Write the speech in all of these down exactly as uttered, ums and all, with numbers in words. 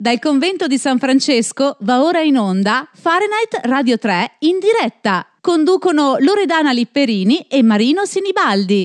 Dal convento di San Francesco va ora in onda Fahrenheit Radio tre in diretta. Conducono Loredana Lipperini e Marino Sinibaldi.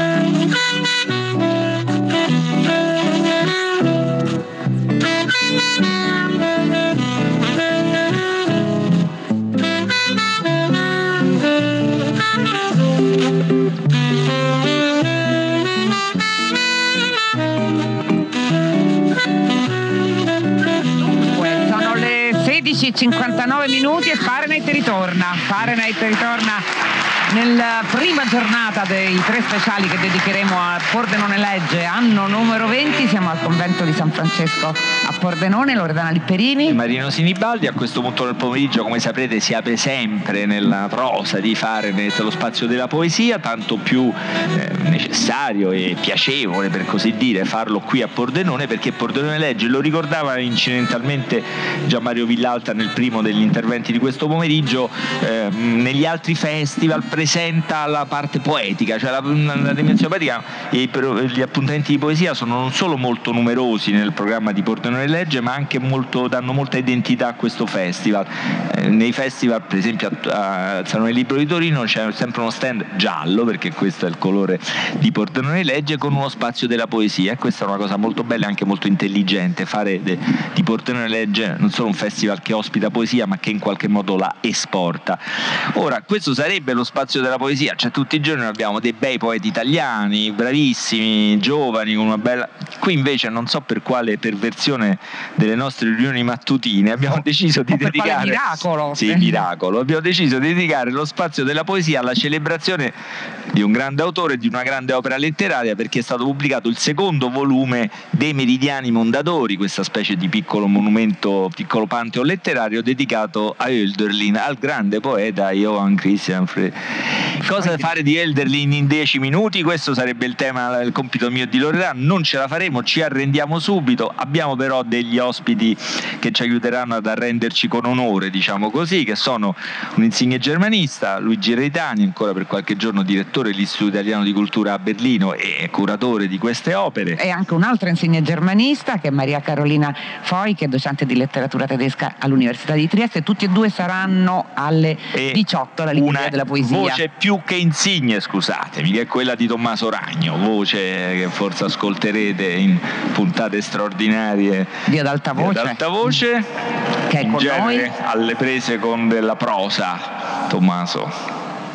sedici e cinquantanove minuti e Fahrenheit ritorna. Fahrenheit ritorna nella prima giornata dei tre speciali che dedicheremo a Pordenone Legge, anno numero venti. Siamo al convento di San Francesco a Pordenone. Loredana Lipperini e Marino Sinibaldi. A questo punto del pomeriggio, come saprete, si apre sempre nella prosa di Fahrenheit lo spazio della poesia, tanto più eh, necessario e piacevole, per così dire, farlo qui a Pordenone, perché Pordenone Legge, lo ricordava incidentalmente Gian Mario Villalta nel primo degli interventi di questo pomeriggio, eh, negli altri festival presenta la parte poetica, cioè la, la dimensione poetica. E gli appuntamenti di poesia sono non solo molto numerosi nel programma di Pordenone Legge, ma anche molto, danno molta identità a questo festival. Eh, nei festival, per esempio a, a Salone del Libro di Torino, c'è sempre uno stand giallo, perché questo è il colore di Pordenone Legge, con uno spazio della poesia, e questa è una cosa molto bella e anche molto intelligente, fare de, di Pordenone Legge non solo un festival che ospita poesia, ma che in qualche modo la esporta. Ora, questo sarebbe lo spazio della poesia, cioè tutti i giorni abbiamo dei bei poeti italiani, bravissimi, giovani, con una bella... Qui invece, non so per quale perversione delle nostre riunioni mattutine, abbiamo deciso di o per dedicare... quale miracolo! Sì, miracolo. Abbiamo deciso di dedicare lo spazio della poesia alla celebrazione di un grande autore, di una grande opera letteraria, perché è stato pubblicato il secondo volume dei Meridiani Mondadori, questa specie di piccolo monumento, piccolo panteo letterario dedicato a Hölderlin, al grande poeta Johann Christian Friedrich. Cosa fare di Hölderlin in dieci minuti? Questo sarebbe il tema, il compito mio di Loredana. Non ce la faremo, ci arrendiamo subito. Abbiamo però degli ospiti che ci aiuteranno ad arrenderci con onore, diciamo così, che sono un insigne germanista, Luigi Reitani, ancora per qualche giorno direttore dell'Istituto Italiano di Cultura a Berlino e curatore di queste opere. E anche un altro insigne germanista, che è Maria Carolina Foi, che è docente di letteratura tedesca all'Università di Trieste. Tutti e due saranno alle e diciotto alla Libreria della Poesia. Voce più che insigne, scusatemi, che è quella di Tommaso Ragno, voce che forse ascolterete in puntate straordinarie di Ad Alta Voce, di Ad Alta Voce, che è in con genere noi alle prese con della prosa. Tommaso,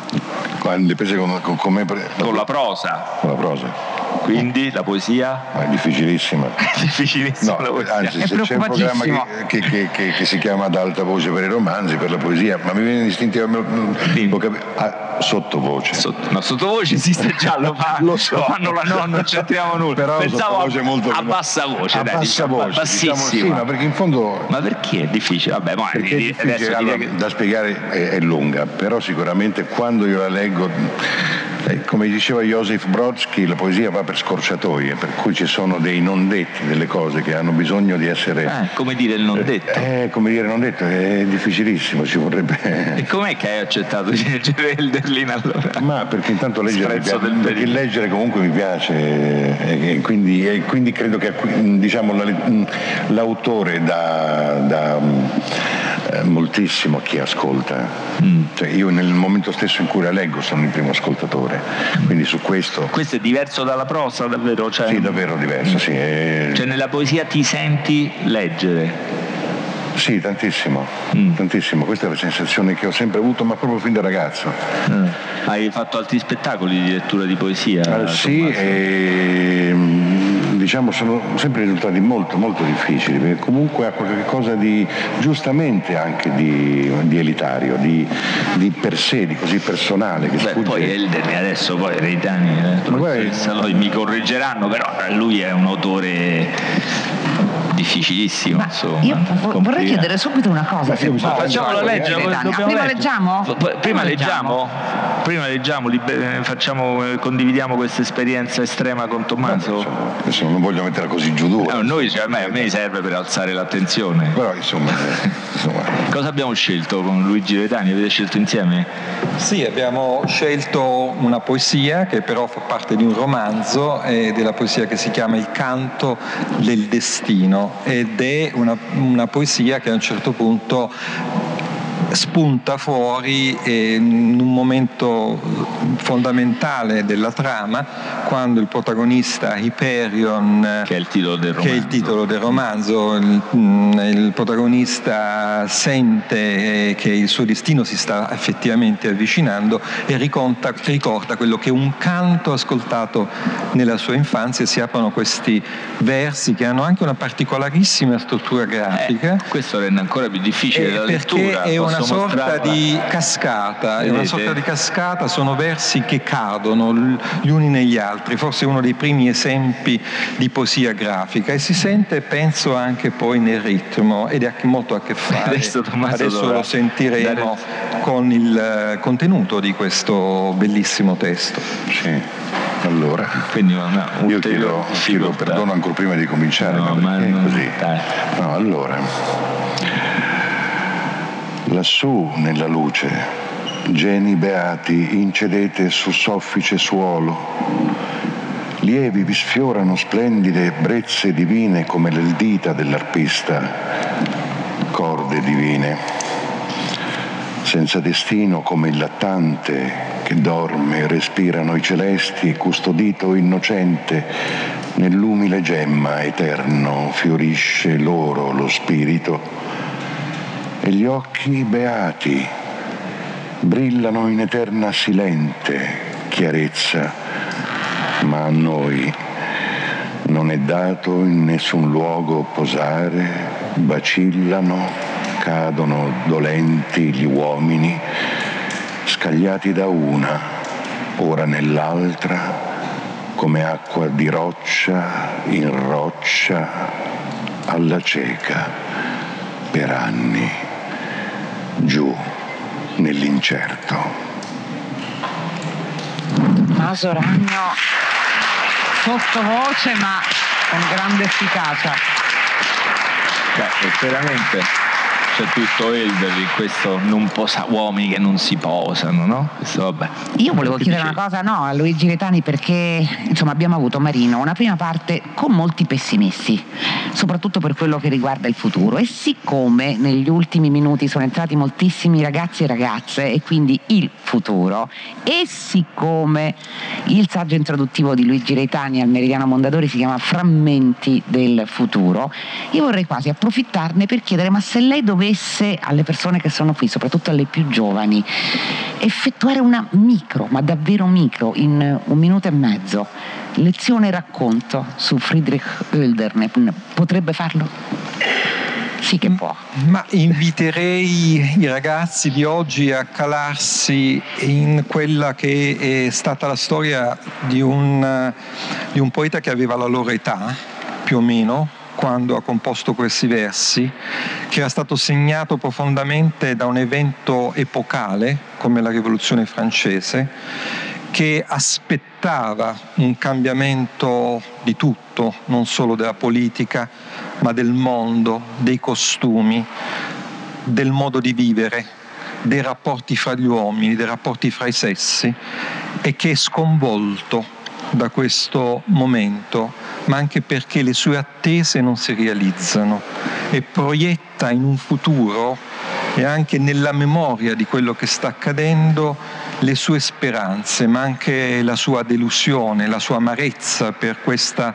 le prese con, con, con, me pre... con la prosa. Con la prosa. Quindi la poesia? Ma è difficilissima. difficilissima no, la poesia. Anzi, se c'è un programma che, che, che, che, che si chiama Ad Alta Voce per i romanzi, per la poesia, ma mi viene istintivamente ah, sottovoce. Sotto, no, sottovoce esiste già, lo, fa, lo, so. lo fanno la nonna, non c'entriamo nulla. Però pensavo a, molto a bassa voce, a dai, bassa diciamo, voce, bassissima. Diciamo, sì, ma perché in fondo. Ma perché è difficile? Vabbè, ma perché è difficile, allora, che... da spiegare è, è lunga, però sicuramente quando io la leggo, eh, come diceva Joseph Brodsky, la poesia va per scorciatoie, per cui ci sono dei non detti, delle cose che hanno bisogno di essere. Eh, come dire il non detto? Eh, come dire non detto, è difficilissimo, ci vorrebbe. E com'è che hai accettato di leggere Hölderlin allora? Ma perché intanto leggere, mi piace, perché leggere comunque mi piace, e quindi, e quindi credo che diciamo l'autore dà, dà moltissimo a chi ascolta. Mm. Cioè io nel momento stesso in cui la leggo sono il primo ascoltatore, quindi su questo. Questo è diverso dalla prosa, davvero? Cioè... Sì, davvero diverso, sì. È... Cioè nella poesia ti senti leggere? Sì, tantissimo, mm. tantissimo. Questa è la sensazione che ho sempre avuto, ma proprio fin da ragazzo. Mm. Hai fatto altri spettacoli di lettura di poesia? Uh, sì, e, diciamo sono sempre risultati molto molto difficili, perché comunque ha qualcosa di giustamente anche di, di elitario, di, di per sé, di così personale. Che Beh, poi Hölderlin adesso poi Reitani eh, mi correggeranno, però lui è un autore difficilissimo. Ma insomma, io vorrei chiedere subito una cosa. Facciamola leggere. Prima leggiamo? Prima leggiamo? prima leggiamo, liber- facciamo, condividiamo questa esperienza estrema con Tommaso. Beh, insomma, adesso non voglio metterla così giù dura. No, noi, cioè, a, me, a me serve per alzare l'attenzione. Però insomma, insomma. Cosa abbiamo scelto con Luigi Gaetani? Avete scelto insieme? Sì, abbiamo scelto una poesia che però fa parte di un romanzo, ed è la poesia che si chiama Il canto del destino, ed è una, una poesia che a un certo punto spunta fuori in un momento fondamentale della trama, quando il protagonista Hyperion, che è il titolo del romanzo, che è il, titolo del romanzo il, il protagonista sente che il suo destino si sta effettivamente avvicinando e riconta, ricorda quello che un canto ascoltato nella sua infanzia. Si aprono questi versi che hanno anche una particolarissima struttura grafica. Eh, questo rende ancora più difficile eh, la perché lettura. È una Posso sorta mostrarla? di cascata, è Vedete? una sorta di cascata, sono versi che cadono gli uni negli altri, forse uno dei primi esempi di poesia grafica, e si sente, penso, anche poi nel ritmo, ed è anche molto a che fare. Adesso, Adesso lo sentiremo dare... con il contenuto di questo bellissimo testo. Sì. Allora, quindi una io chiedo, chiedo perdono ancora prima di cominciare, no, ma perché ma è così? Dai. No, allora, lassù nella luce, geni beati, incedete su soffice suolo, lievi vi sfiorano splendide brezze divine come le dita dell'arpista, corde divine, senza destino come il lattante che dorme, respirano i celesti, custodito innocente, nell'umile gemma eterno fiorisce loro lo spirito, e gli occhi beati brillano in eterna silente chiarezza, ma a noi non è dato in nessun luogo posare, vacillano, cadono dolenti gli uomini, scagliati da una, ora nell'altra, come acqua di roccia in roccia, alla cieca, per anni, giù nell'incerto. Tommaso Ragno, sottovoce ma con grande efficacia. Beh, è veramente... c'è tutto Elder in questo non posa, uomini che non si posano, no? Questo, vabbè. Io volevo chiedere una cosa, no, a Luigi Gaetani, perché insomma abbiamo avuto, Marino, una prima parte con molti pessimisti, soprattutto per quello che riguarda il futuro, e siccome negli ultimi minuti sono entrati moltissimi ragazzi e ragazze, e quindi il futuro, e siccome il saggio introduttivo di Luigi Gaetani al Meridiano Mondadori si chiama Frammenti del futuro, io vorrei quasi approfittarne per chiedere: ma se lei dovesse alle persone che sono qui, soprattutto alle più giovani, effettuare una micro, ma davvero micro, in un minuto e mezzo, lezione e racconto su Friedrich Hölderlin, potrebbe farlo? Sì che può. Ma inviterei i ragazzi di oggi a calarsi in quella che è stata la storia di un, di un poeta che aveva la loro età, più o meno, quando ha composto questi versi, che era stato segnato profondamente da un evento epocale come la Rivoluzione francese, che aspettava un cambiamento di tutto, non solo della politica, ma del mondo, dei costumi, del modo di vivere, dei rapporti fra gli uomini, dei rapporti fra i sessi, e che è sconvolto da questo momento, ma anche perché le sue attese non si realizzano, e proietta in un futuro e anche nella memoria di quello che sta accadendo le sue speranze, ma anche la sua delusione, la sua amarezza per questa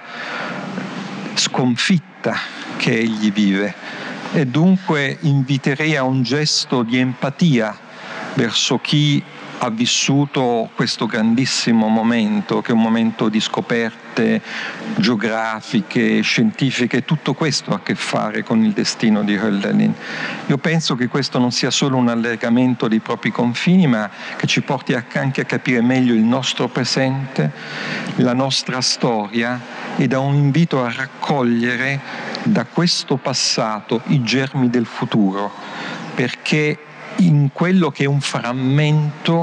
sconfitta che egli vive. E dunque inviterei a un gesto di empatia verso chi ha vissuto questo grandissimo momento, che è un momento di scoperte geografiche, scientifiche. Tutto questo ha a che fare con il destino di Hölderlin. Io penso che questo non sia solo un allargamento dei propri confini, ma che ci porti anche a capire meglio il nostro presente, la nostra storia, e da un invito a raccogliere da questo passato i germi del futuro, perché in quello che è un frammento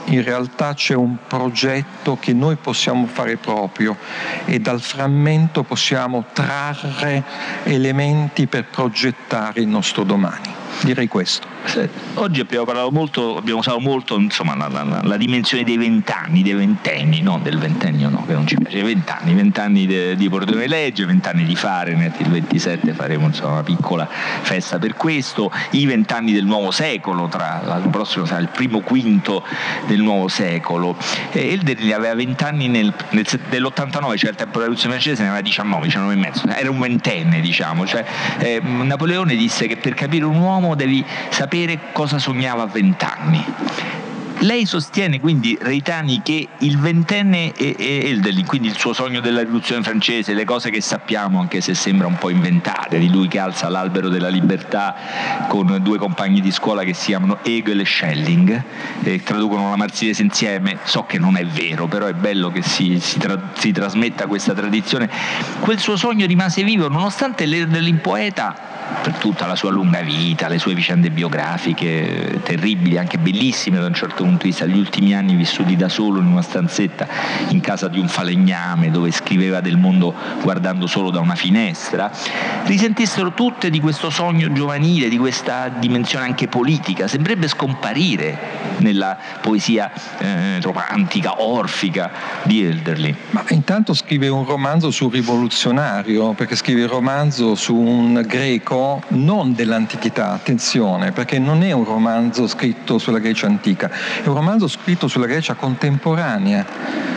in realtà c'è un progetto che noi possiamo fare proprio e dal frammento possiamo trarre elementi per progettare il nostro domani. Direi questo. Oggi abbiamo parlato molto, abbiamo usato molto insomma, la, la, la dimensione dei vent'anni, dei ventenni, no del ventennio no, che non ci piace, vent'anni, vent'anni de, di Portone di Legge, vent'anni di Fahrenheit, il ventisette faremo insomma, una piccola festa per questo, i vent'anni del nuovo secolo, tra l'anno prossimo sarà il primo quinto del nuovo secolo. E Hölderlin aveva vent'anni nel, nel, nell'ottantanove, cioè il tempo della rivoluzione francese, ne aveva diciannove, diciannove e mezzo, era un ventenne diciamo, cioè, eh, Napoleone disse che per capire un uomo devi sapere cosa sognava a vent'anni. Lei sostiene quindi, Reitani, che il ventenne e Hölderlin, quindi il suo sogno della rivoluzione francese, le cose che sappiamo, anche se sembra un po' inventate, di lui che alza l'albero della libertà con due compagni di scuola che si chiamano Hegel e Schelling, e traducono la Marsigliese insieme, so che non è vero, però è bello che si, si, tra, si trasmetta questa tradizione. Quel suo sogno rimase vivo nonostante l'Hölderlin poeta, per tutta la sua lunga vita, le sue vicende biografiche terribili, anche bellissime da un certo punto di vista, gli ultimi anni vissuti da solo in una stanzetta in casa di un falegname dove scriveva del mondo guardando solo da una finestra, risentissero tutte di questo sogno giovanile, di questa dimensione anche politica. Sembrerebbe scomparire nella poesia eh, romantica, orfica di Hölderlin. Ma intanto scrive un romanzo sul rivoluzionario, perché scrive il romanzo su un greco non dell'antichità, attenzione, perché non è un romanzo scritto sulla Grecia antica, è un romanzo scritto sulla Grecia contemporanea,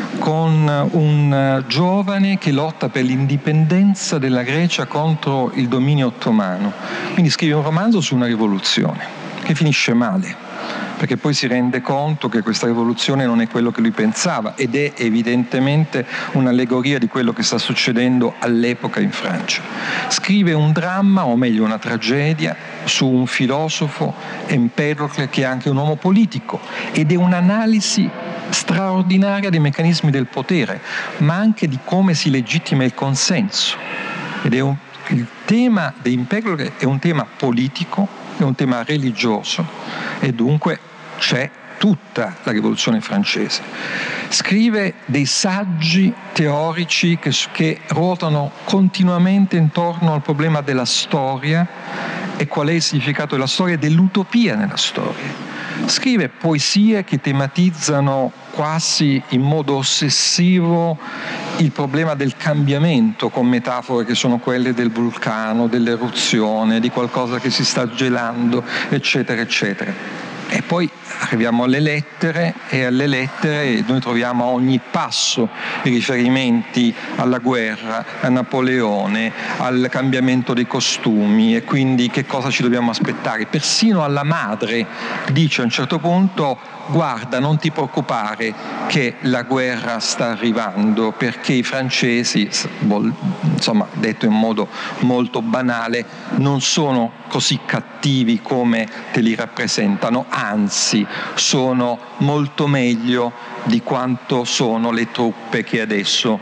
con un giovane che lotta per l'indipendenza della Grecia contro il dominio ottomano. Quindi scrive un romanzo su una rivoluzione che finisce male, perché poi si rende conto che questa rivoluzione non è quello che lui pensava ed è evidentemente un'allegoria di quello che sta succedendo all'epoca in Francia. Scrive un dramma, o meglio una tragedia, su un filosofo, Empedocle, che è anche un uomo politico, ed è un'analisi straordinaria dei meccanismi del potere, ma anche di come si legittima il consenso. Ed è un, il tema di Empedocle è un tema politico, è un tema religioso, e dunque c'è tutta la rivoluzione francese. Scrive dei saggi teorici che, che ruotano continuamente intorno al problema della storia e qual è il significato della storia e dell'utopia nella storia. Scrive poesie che tematizzano quasi in modo ossessivo il problema del cambiamento, con metafore che sono quelle del vulcano, dell'eruzione, di qualcosa che si sta gelando, eccetera, eccetera. E poi arriviamo alle lettere, e alle lettere noi troviamo a ogni passo i riferimenti alla guerra, a Napoleone, al cambiamento dei costumi, e quindi che cosa ci dobbiamo aspettare. Persino alla madre dice a un certo punto: guarda, non ti preoccupare che la guerra sta arrivando, perché i francesi, insomma, detto in modo molto banale, non sono così cattivi come te li rappresentano, anzi sono molto meglio di quanto sono le truppe che adesso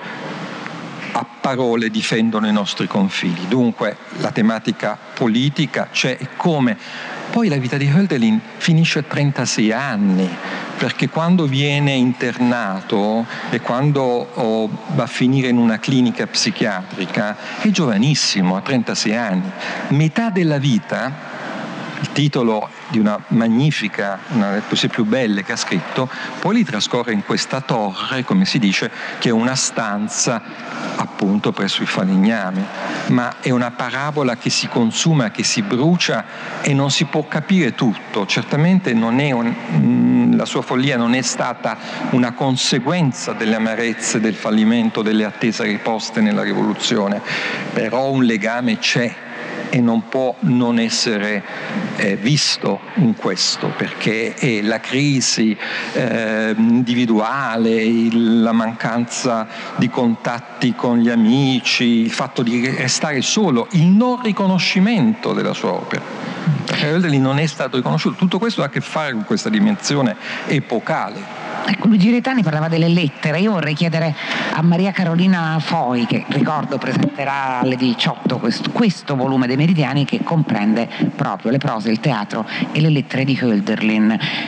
a parole difendono i nostri confini. Dunque la tematica politica c'è, e come. Poi la vita di Hölderlin finisce a trentasei anni, perché quando viene internato e quando oh, va a finire in una clinica psichiatrica è giovanissimo, a trentasei anni. Metà della vita, il titolo di una magnifica, una delle poesie più belle che ha scritto, poi li trascorre in questa torre, come si dice, che è una stanza appunto presso il falegname, ma è una parabola che si consuma, che si brucia, e non si può capire tutto. Certamente non è un, la sua follia non è stata una conseguenza delle amarezze del fallimento, delle attese riposte nella rivoluzione, però un legame c'è e non può non essere eh, visto in questo, perché è la crisi eh, individuale, il, la mancanza di contatti con gli amici, il fatto di restare solo, il non riconoscimento della sua opera. Hölderlin non è stato riconosciuto. Tutto questo ha a che fare con questa dimensione epocale. Ecco, Luigi Reitani parlava delle lettere. Io vorrei chiedere a Maria Carolina Foi, che ricordo presenterà alle diciotto questo, questo volume dei Meridiani, che comprende proprio le prose, il teatro e le lettere di Hölderlin.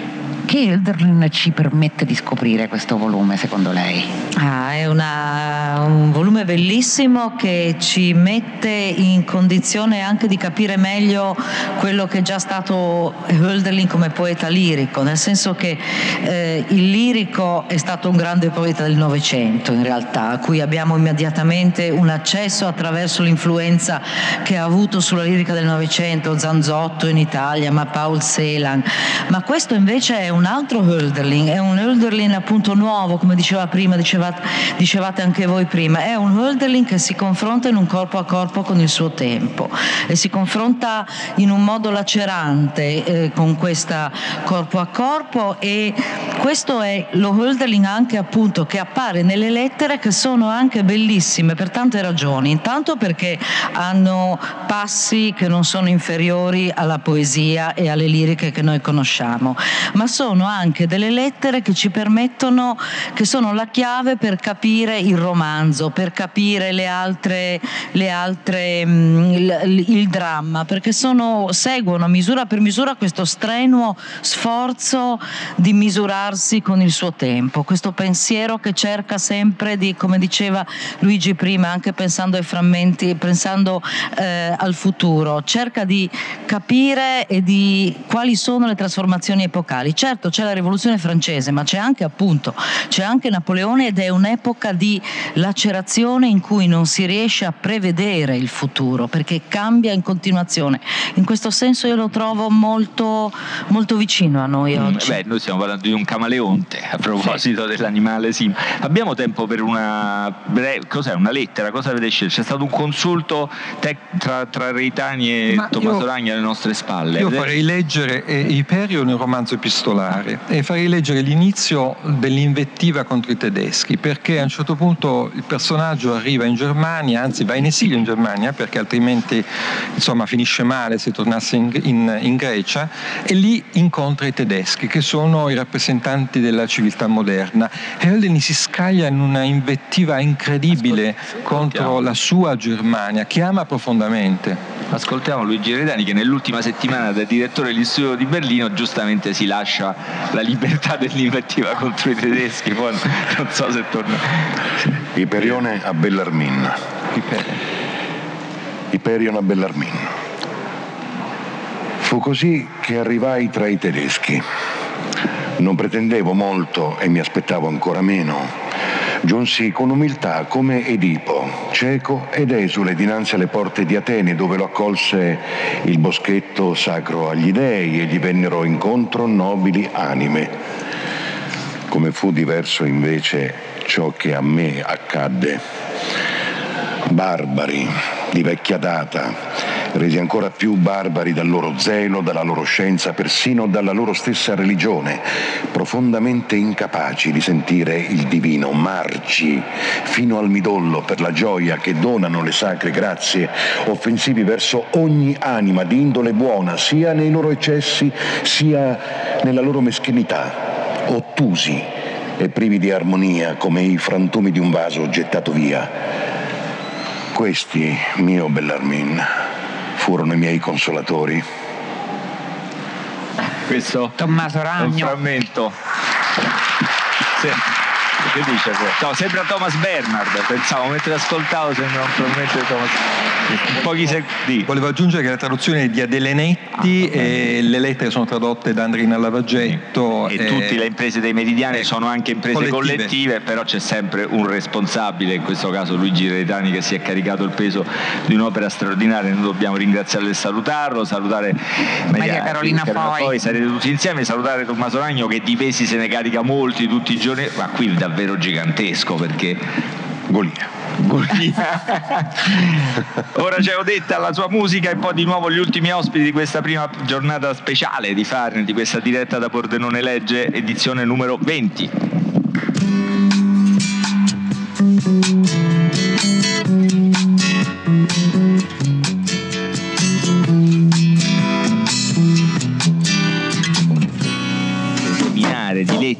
Che Hölderlin ci permette di scoprire questo volume, secondo lei? Ah, è una, un volume bellissimo che ci mette in condizione anche di capire meglio quello che è già stato Hölderlin come poeta lirico, nel senso che eh, il lirico è stato un grande poeta del Novecento, in realtà, a cui abbiamo immediatamente un accesso attraverso l'influenza che ha avuto sulla lirica del Novecento, Zanzotto in Italia, ma Paul Celan. Ma questo invece è un altro Hölderlin, è un Hölderlin appunto nuovo, come diceva prima, dicevate, dicevate anche voi prima, è un Hölderlin che si confronta in un corpo a corpo con il suo tempo e si confronta in un modo lacerante eh, con questa corpo a corpo, e questo è lo Hölderlin anche appunto che appare nelle lettere, che sono anche bellissime per tante ragioni. Intanto perché hanno passi che non sono inferiori alla poesia e alle liriche che noi conosciamo, ma sono anche delle lettere che ci permettono, che sono la chiave per capire il romanzo, per capire le altre, le altre il, il dramma, perché sono, seguono misura per misura questo strenuo sforzo di misurarsi con il suo tempo, questo pensiero che cerca sempre di, come diceva Luigi prima, anche pensando ai frammenti, pensando eh, al futuro, cerca di capire e di quali sono le trasformazioni epocali. Certo, c'è la rivoluzione francese, ma c'è anche appunto c'è anche Napoleone, ed è un'epoca di lacerazione in cui non si riesce a prevedere il futuro perché cambia in continuazione. In questo senso io lo trovo molto, molto vicino a noi oggi. Mm, beh, noi stiamo parlando di un camaleonte, a proposito sì. dell'animale sim. Abbiamo tempo per una breve, cos'è, una lettera? Cosa avete scelto? C'è stato un consulto tec- tra, tra Reitani e ma Tommaso Ragni alle nostre spalle. Io farei leggere eh, Iperio nel romanzo epistolare e farei leggere l'inizio dell'invettiva contro i tedeschi, perché a un certo punto il personaggio arriva in Germania, anzi va in esilio in Germania perché altrimenti insomma finisce male se tornasse in, in, in Grecia, e lì incontra i tedeschi che sono i rappresentanti della civiltà moderna, e Hölderlin si scaglia in una invettiva incredibile Ascolti, contro la sua Germania che ama profondamente. Ascoltiamo Luigi Reitani, che nell'ultima settimana da direttore dell'Istituto di Berlino giustamente si lascia la libertà dell'invettiva contro i tedeschi, poi non so se torna. Iperione a Bellarmine. Iperion a Bellarmine. Fu così che arrivai tra i tedeschi. Non pretendevo molto e mi aspettavo ancora meno. Giunsi con umiltà come Edipo, cieco ed esule dinanzi alle porte di Atene, dove lo accolse il boschetto sacro agli dei e gli vennero incontro nobili anime. Come fu diverso invece ciò che a me accadde. Barbari di vecchia data, resi ancora più barbari dal loro zelo, dalla loro scienza, persino dalla loro stessa religione, profondamente incapaci di sentire il divino, marci fino al midollo per la gioia che donano le sacre grazie, offensivi verso ogni anima di indole buona, sia nei loro eccessi sia nella loro meschinità, ottusi e privi di armonia come i frantumi di un vaso gettato via. Questi, mio Bellarmine, furono i miei consolatori. Questo Tommaso Ragno. è un frammento. Sì. Che dice? No, sembra Thomas Bernhard, pensavo, mentre ascoltavo sembra un frammento di Thomas. Pochi secondi. Volevo aggiungere che la traduzione è di Adele Netti ah, e le lettere sono tradotte da Andrina Lavaggetto. E, e tutte le imprese dei Meridiani sono anche imprese collettive. collettive, però c'è sempre un responsabile, in questo caso Luigi Reitani, che si è caricato il peso di un'opera straordinaria. Noi dobbiamo ringraziarlo e salutarlo, salutare Maria, Maria Carolina Foi. Poi sarete tutti insieme, salutare Tommaso Ragno, che di pesi se ne carica molti tutti i giorni, ma qui davvero gigantesco, perché Golia. Ora c'è Odetta, la sua musica, e poi di nuovo gli ultimi ospiti di questa prima giornata speciale di Fahrenheit, di questa diretta da Pordenone Legge, edizione numero venti. Seminare di lettere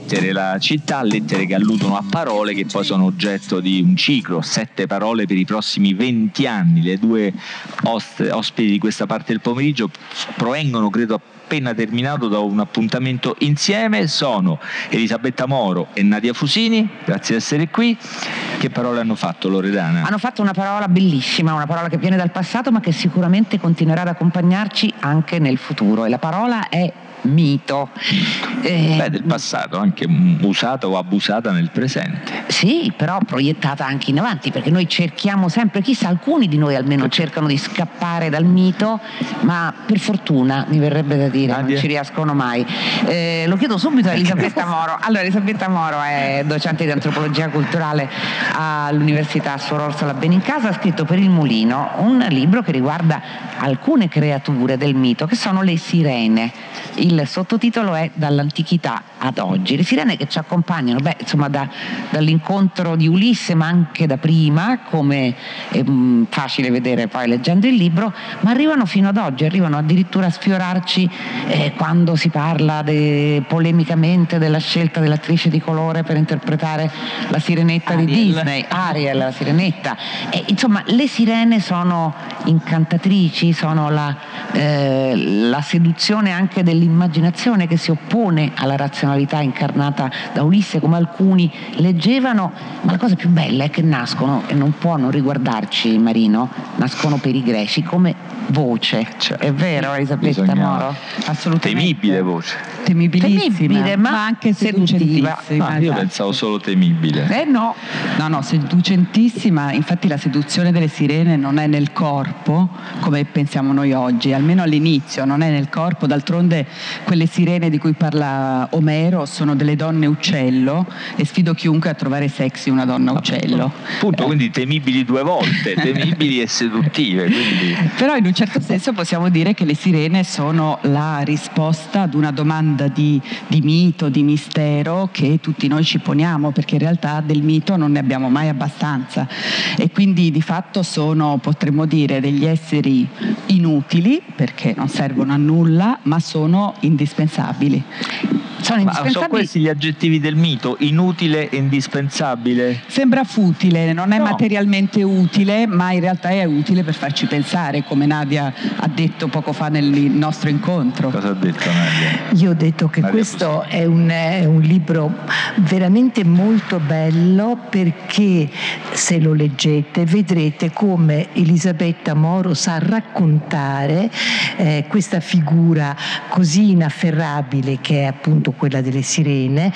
lettere la città, lettere che alludono a parole che poi sono oggetto di un ciclo, sette parole per i prossimi venti anni. Le due ost- ospiti di questa parte del pomeriggio provengono, credo, appena terminato da un appuntamento insieme, sono Elisabetta Moro e Nadia Fusini, grazie di essere qui. Che parole hanno fatto, Loredana? Hanno fatto una parola bellissima, una parola che viene dal passato ma che sicuramente continuerà ad accompagnarci anche nel futuro, e la parola è mito. Eh, Beh, del passato, anche usata o abusata nel presente. Sì, però proiettata anche in avanti, perché noi cerchiamo sempre, chissà, alcuni di noi almeno cercano di scappare dal mito, ma per fortuna, mi verrebbe da dire, Nadia, non ci riescono mai. Eh, lo chiedo subito a Elisabetta Moro. Allora, Elisabetta Moro è docente di antropologia culturale all'Università Suor Orsola Benincasa, ha scritto per Il Mulino un libro che riguarda alcune creature del mito, che sono le sirene. Il sottotitolo è Dall'antichità ad oggi. Le sirene che ci accompagnano, beh, insomma, da, dall'incontro di Ulisse, ma anche da prima, come è mh, facile vedere poi leggendo il libro, ma arrivano fino ad oggi, arrivano addirittura a sfiorarci eh, quando si parla de, polemicamente della scelta dell'attrice di colore per interpretare la sirenetta Ariel. di Disney, Ariel, la sirenetta. E, insomma, le sirene sono incantatrici, sono la, eh, la seduzione anche dell'immaginazione che si oppone alla razionalità incarnata da Ulisse, come alcuni leggevano, ma la cosa più bella è che nascono, e non può non riguardarci, Marino, nascono per i greci come voce, cioè, è vero, Elisabetta bisogna... Moro? Assolutamente. Temibile voce. Temibilissima, temibile, ma, ma anche seduttiva. seducentissima. Ah, io pensavo solo temibile. Eh no. No, no, seducentissima. Infatti la seduzione delle sirene non è nel corpo come pensiamo noi oggi, almeno all'inizio non è nel corpo. D'altronde quelle sirene di cui parla Omero sono delle donne uccello, e sfido chiunque a trovare sexy una donna uccello. Appunto, eh. quindi temibili due volte, temibili e seduttive. Quindi... Però in un certo senso possiamo dire che le sirene sono la risposta ad una domanda di, di mito, di mistero che tutti noi ci poniamo, perché in realtà del mito non ne abbiamo mai abbastanza, e quindi di fatto sono, potremmo dire, degli esseri inutili perché non servono a nulla, ma sono indispensabili. Sono Ma sono questi gli aggettivi del mito? Inutile e indispensabile? Sembra futile, non è no. materialmente utile, ma in realtà è utile per farci pensare, come Nadia ha detto poco fa nel nostro incontro. Cosa ha detto Nadia? Io ho detto che Nadia questo è un, è un libro veramente molto bello, perché se lo leggete vedrete come Elisabetta Moro sa raccontare eh, questa figura così inafferrabile che è appunto quella delle sirene,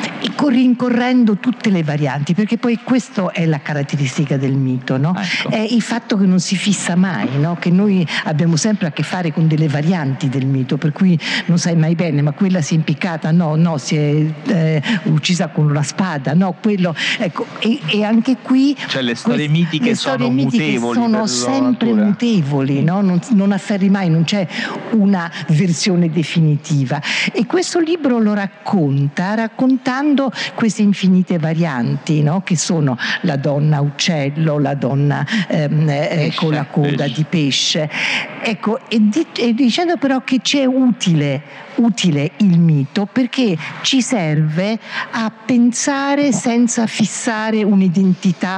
rincorrendo tutte le varianti, perché poi questo è la caratteristica del mito, no? Ecco. È il fatto che non si fissa mai, no? Che noi abbiamo sempre a che fare con delle varianti del mito, per cui non sai mai bene, ma quella si è impiccata, no, no, si è eh, uccisa con una spada, no, quello, ecco, e, e anche qui cioè le storie quest- mitiche le sono storie mitiche mutevoli, sono sempre natura. mutevoli, no? non, non afferri mai, non c'è una versione definitiva, e questo libro lo racconta raccontando queste infinite varianti, no? Che sono la donna uccello, la donna ehm, pesce, con la coda pesce. di pesce, ecco, e, di, e dicendo però che c'è utile utile il mito, perché ci serve a pensare senza fissare un'identità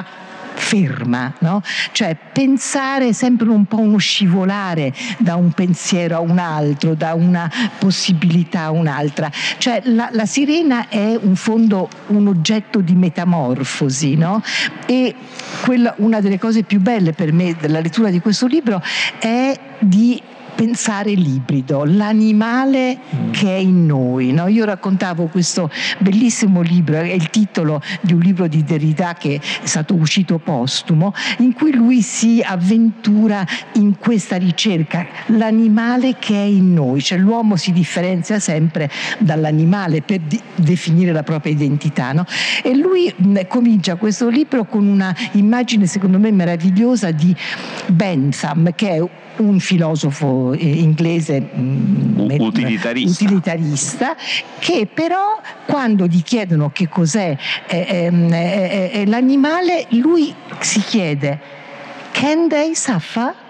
ferma, no? Cioè pensare sempre un po' uno scivolare da un pensiero a un altro, da una possibilità a un'altra. Cioè la, la sirena è un fondo, un oggetto di metamorfosi, no? E quella, una delle cose più belle per me della lettura di questo libro è di pensare l'ibrido, l'animale che è in noi, no? Io raccontavo questo bellissimo libro, è il titolo di un libro di Derrida che è stato uscito postumo, in cui lui si avventura in questa ricerca, l'animale che è in noi, cioè l'uomo si differenzia sempre dall'animale per di- definire la propria identità, no? E lui mh, comincia questo libro con una immagine secondo me meravigliosa di Bentham, che è un filosofo inglese mh, utilitarista. utilitarista, che però quando gli chiedono che cos'è eh, eh, eh, l'animale, lui si chiede: can they suffer?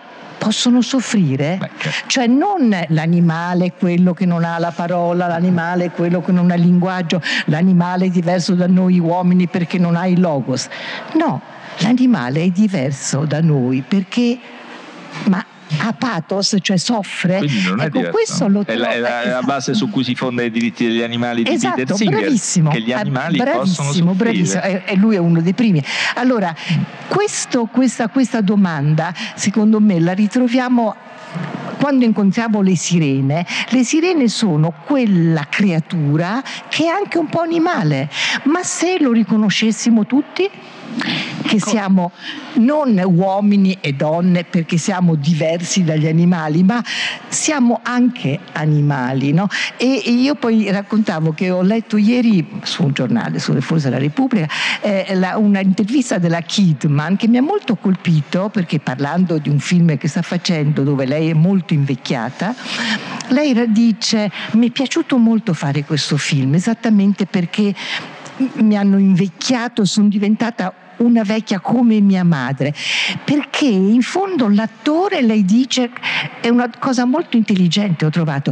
possono soffrire? Beh, certo. Cioè non l'animale quello che non ha la parola, l'animale quello che non ha il linguaggio, l'animale è diverso da noi uomini perché non ha il logos. No, l'animale è diverso da noi perché ma ha pathos, cioè soffre. Quindi non è ecco, diverso. questo lo è, la, è la, esatto. la base su cui si fonda i diritti degli animali di esatto, Peter Singer, bravissimo, che gli animali bravissimo, possono soffrire. Bravissimo, e, e lui è uno dei primi. Allora, questo, questa, questa domanda, secondo me, la ritroviamo quando incontriamo le sirene. Le sirene sono quella creatura che è anche un po' animale, ma se lo riconoscessimo tutti, che siamo non uomini e donne perché siamo diversi dagli animali, ma siamo anche animali, no? E io poi raccontavo che ho letto ieri su un giornale, su forse la Repubblica, eh, la, una intervista della Kidman che mi ha molto colpito, perché parlando di un film che sta facendo dove lei è molto invecchiata, lei dice: mi è piaciuto molto fare questo film esattamente perché mi hanno invecchiato, sono diventata una vecchia come mia madre, perché in fondo l'attore, lei dice, è una cosa molto intelligente, ho trovato.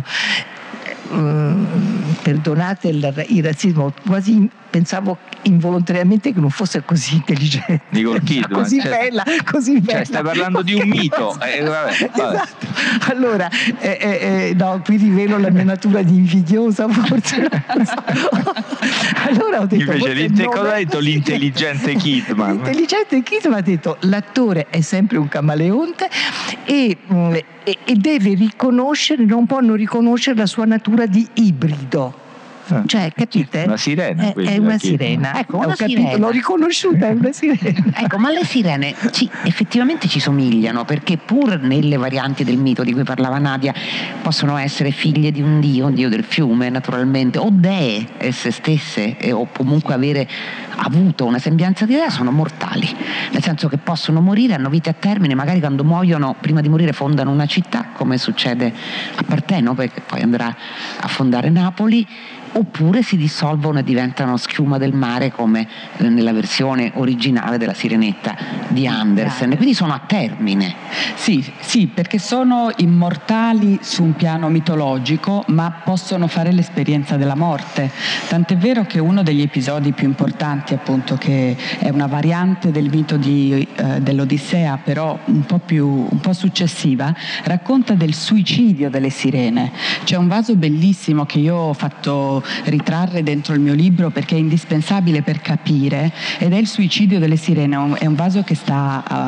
Mm, perdonate il, il razzismo, quasi pensavo involontariamente che non fosse così intelligente, Nicole Kidman, così cioè, bella, così bella. Cioè, stai parlando di un mito. Eh, vabbè, vabbè. Esatto. Allora, eh, eh, no, qui rivelo la mia natura di invidiosa, forse. Allora ho detto. Invece, cosa ha detto l'intelligente Kidman? L'intelligente Kidman ha detto: l'attore è sempre un camaleonte e, e, e deve riconoscere, non può non riconoscere la sua natura di ibrido. Cioè, capite? Una sirena, è, è una sirena. Ecco, una Ho capito, sirena. l'ho riconosciuta, è una sirena. Ecco, ma le sirene ci, effettivamente ci somigliano, perché pur nelle varianti del mito di cui parlava Nadia possono essere figlie di un dio, un dio del fiume naturalmente, o dee esse stesse, eh, o comunque avere avuto una sembianza di dea, sono mortali, nel senso che possono morire, hanno vite a termine, magari quando muoiono prima di morire fondano una città, come succede a Partenope, che poi andrà a fondare Napoli, oppure si dissolvono e diventano schiuma del mare, come nella versione originale della Sirenetta di Andersen, quindi sono a termine. Sì, sì, perché sono immortali su un piano mitologico, ma possono fare l'esperienza della morte. Tant'è vero che uno degli episodi più importanti, appunto, che è una variante del mito di, eh, dell'Odissea, però un po' più un po' successiva, racconta del suicidio delle sirene. C'è un vaso bellissimo che io ho fatto ritrarre dentro il mio libro perché è indispensabile per capire, ed è il suicidio delle sirene. È un vaso che sta a,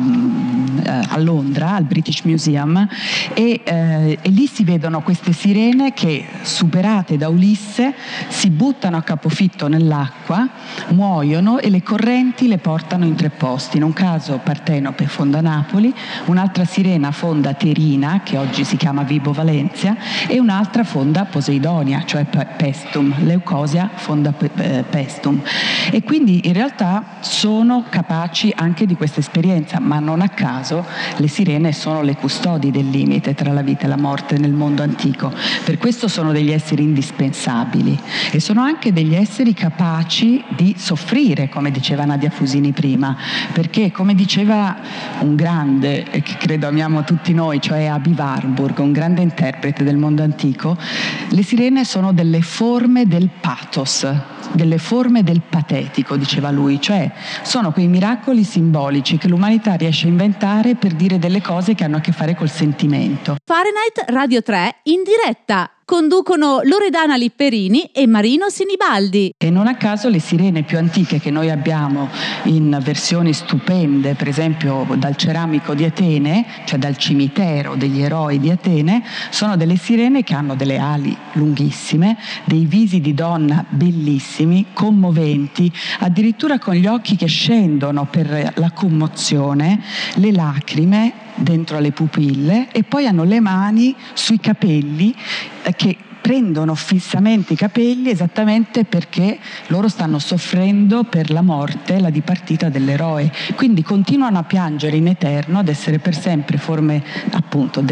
a, a Londra, al British Museum, e, eh, e lì si vedono queste sirene che, superate da Ulisse, si buttano a capofitto nell'acqua, muoiono e le correnti le portano in tre posti. In un caso Partenope fonda Napoli, un'altra sirena fonda Terina, che oggi si chiama Vibo Valentia, e un'altra fonda Poseidonia, cioè Pestum, Leucosia fonda Pestum. E quindi in realtà sono capaci anche di questa esperienza, ma non a caso le sirene sono le custodi del limite tra la vita e la morte nel mondo antico. Per questo sono degli esseri indispensabili e sono anche degli esseri capaci di soffrire, come diceva Nadia Fusini prima, perché, come diceva un grande che credo amiamo tutti noi, cioè Aby Warburg, un grande interprete del mondo antico, le sirene sono delle forme del pathos, delle forme del patetico, diceva lui, cioè sono quei miracoli simbolici che l'umanità riesce a inventare per dire delle cose che hanno a che fare col sentimento. Fahrenheit Radio tre in diretta. Conducono Loredana Lipperini e Marino Sinibaldi. E non a caso le sirene più antiche che noi abbiamo in versioni stupende, per esempio dal ceramico di Atene, cioè dal cimitero degli eroi di Atene, sono delle sirene che hanno delle ali lunghissime, dei visi di donna bellissimi, commoventi, addirittura con gli occhi che scendono per la commozione, le lacrime dentro alle pupille, e poi hanno le mani sui capelli eh, che prendono fissamente i capelli, esattamente perché loro stanno soffrendo per la morte, la dipartita dell'eroe, quindi continuano a piangere in eterno, ad essere per sempre forme appunto del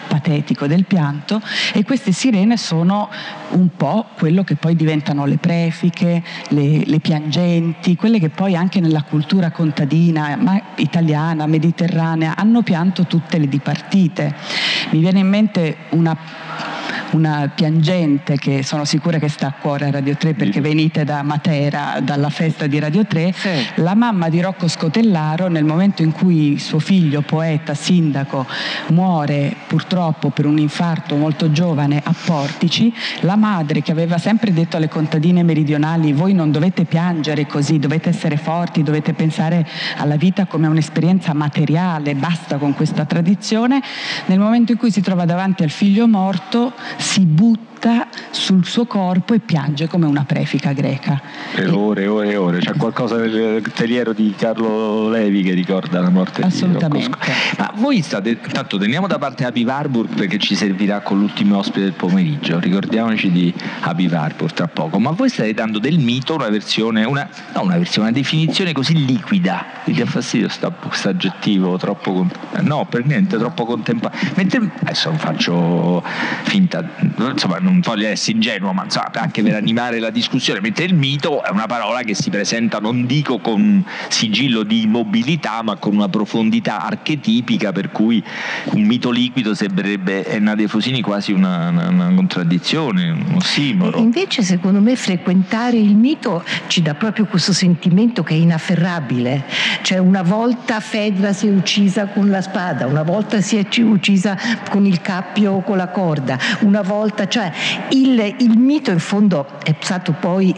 patetico del pianto, e queste sirene sono un po' quello che poi diventano le prefiche, le, le piangenti, quelle che poi anche nella cultura contadina, ma italiana, mediterranea, hanno pianto tutte le dipartite. Mi viene in mente una una piangente che sono sicura che sta a cuore a Radio tre, perché venite da Matera, dalla festa di Radio tre. Sì. La mamma di Rocco Scotellaro, nel momento in cui suo figlio, poeta, sindaco, muore purtroppo per un infarto molto giovane a Portici, la madre, che aveva sempre detto alle contadine meridionali: voi non dovete piangere così, dovete essere forti, dovete pensare alla vita come un'esperienza materiale, basta con questa tradizione, nel momento in cui si trova davanti al figlio morto si butta sul suo corpo e piange come una prefica greca. Per ore e ore e ore. C'è qualcosa nel teliero di Carlo Levi che ricorda la morte Assolutamente. di Rocco. Ma voi state, tanto teniamo da parte Happy Warburg, perché ci servirà con l'ultimo ospite del pomeriggio, ricordiamoci di Happy Warburg tra poco, ma voi state dando del mito una versione, una, no una versione, una definizione così liquida. Vi dà fastidio questo aggettivo troppo, no, per niente, troppo contemporaneo. Mentre adesso non faccio finta, insomma, non voglio essere ingenuo, ma insomma, anche per animare la discussione, mentre il mito è una parola che si presenta, non dico con sigillo di immobilità, ma con una profondità archetipica, per cui un mito liquido sembrerebbe, è una dei Fusini, quasi una, una, una contraddizione, un ossimoro. Invece secondo me frequentare il mito ci dà proprio questo sentimento che è inafferrabile, cioè una volta Fedra si è uccisa con la spada, una volta si è uccisa con il cappio o con la corda, una volta, cioè il, il mito in fondo è stato poi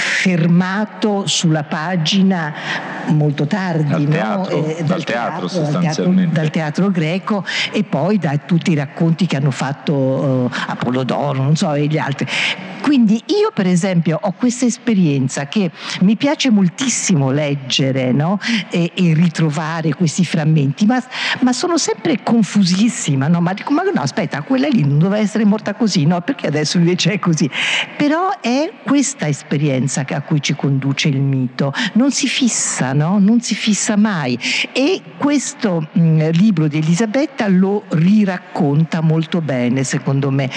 fermato sulla pagina molto tardi, dal no? teatro, eh, dal, dal teatro, teatro sostanzialmente, dal teatro, dal teatro greco, e poi da tutti i racconti che hanno fatto uh, Apollodoro, non so, e gli altri. Quindi io per esempio ho questa esperienza che mi piace moltissimo leggere, no? e, e ritrovare questi frammenti, ma, ma sono sempre confusissima, no? Ma dico, ma no, aspetta, quella lì non doveva essere morta così, no? Perché adesso invece è così. Però è questa esperienza a cui ci conduce il mito, non si fissa, no? Non si fissa mai, e questo mh, libro di Elisabetta lo riracconta molto bene, secondo me,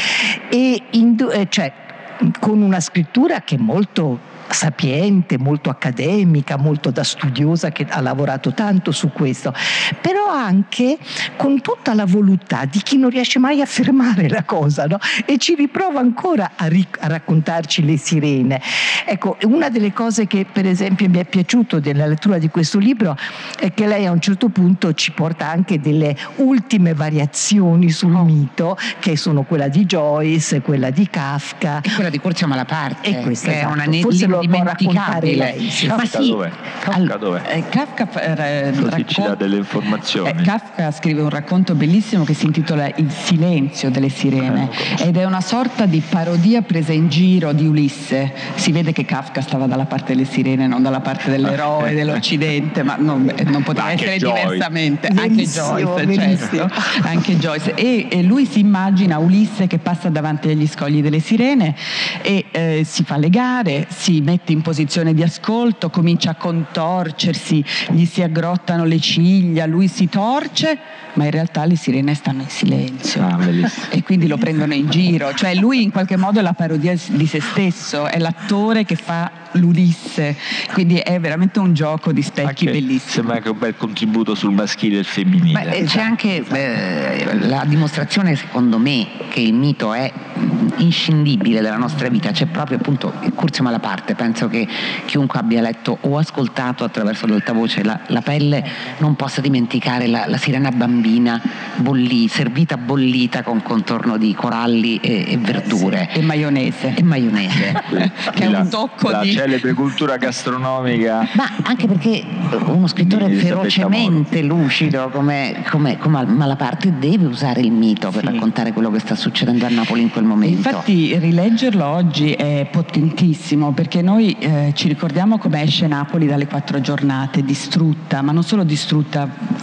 e in, eh, cioè con una scrittura che è molto sapiente, molto accademica, molto da studiosa, che ha lavorato tanto su questo, però anche con tutta la voluttà di chi non riesce mai a fermare la cosa, no? E ci riprova ancora a, ric- a raccontarci le sirene. Ecco, una delle cose che per esempio mi è piaciuto della lettura di questo libro è che lei a un certo punto ci porta anche delle ultime variazioni sul oh. mito, che sono quella di Joyce, quella di Kafka e quella di Curzio Malaparte, e questa, che esatto. è una Forse dimenticabile. Lei, sì. Kafka Ma sì, dov'è? Kafka All- dov'è? Eh, Kafka eh, Così raccon- ci dà delle informazioni. Eh, Kafka scrive un racconto bellissimo che si intitola Il silenzio delle sirene, ed è una sorta di parodia presa in giro di Ulisse. Si vede che Kafka stava dalla parte delle sirene, non dalla parte dell'eroe dell'Occidente, ma non, non poteva anche essere Joyce. diversamente. Benissimo, anche Joyce, benissimo. certo, anche Joyce. E, e lui si immagina Ulisse che passa davanti agli scogli delle sirene e eh, si fa le gare, si mette in posizione di ascolto, comincia a contorcersi, gli si aggrottano le ciglia, lui si torce, ma in realtà le sirene stanno in silenzio. Ah, e quindi lo prendono in giro, cioè lui in qualche modo è la parodia di se stesso, è l'attore che fa l'Ulisse, quindi è veramente un gioco di specchi anche, bellissimo. Sembra anche un bel contributo sul maschile e il femminile. Beh, c'è anche eh, la dimostrazione, secondo me, che il mito è inscindibile della nostra vita. C'è proprio appunto Curzio Malaparte. Penso che chiunque abbia letto o ascoltato attraverso l'altavoce la, la pelle non possa dimenticare la, la sirena bambina bolli, servita bollita con contorno di coralli e, e verdure e maionese e maionese che è la, un tocco la di celebre cultura gastronomica, ma anche perché uno scrittore ferocemente lucido come, come, come Malaparte deve usare il mito per sì. raccontare quello che sta succedendo a Napoli in quel momento. Infatti rileggerlo oggi è potentissimo, perché noi eh, ci ricordiamo come esce Napoli dalle quattro giornate, distrutta, ma non solo distrutta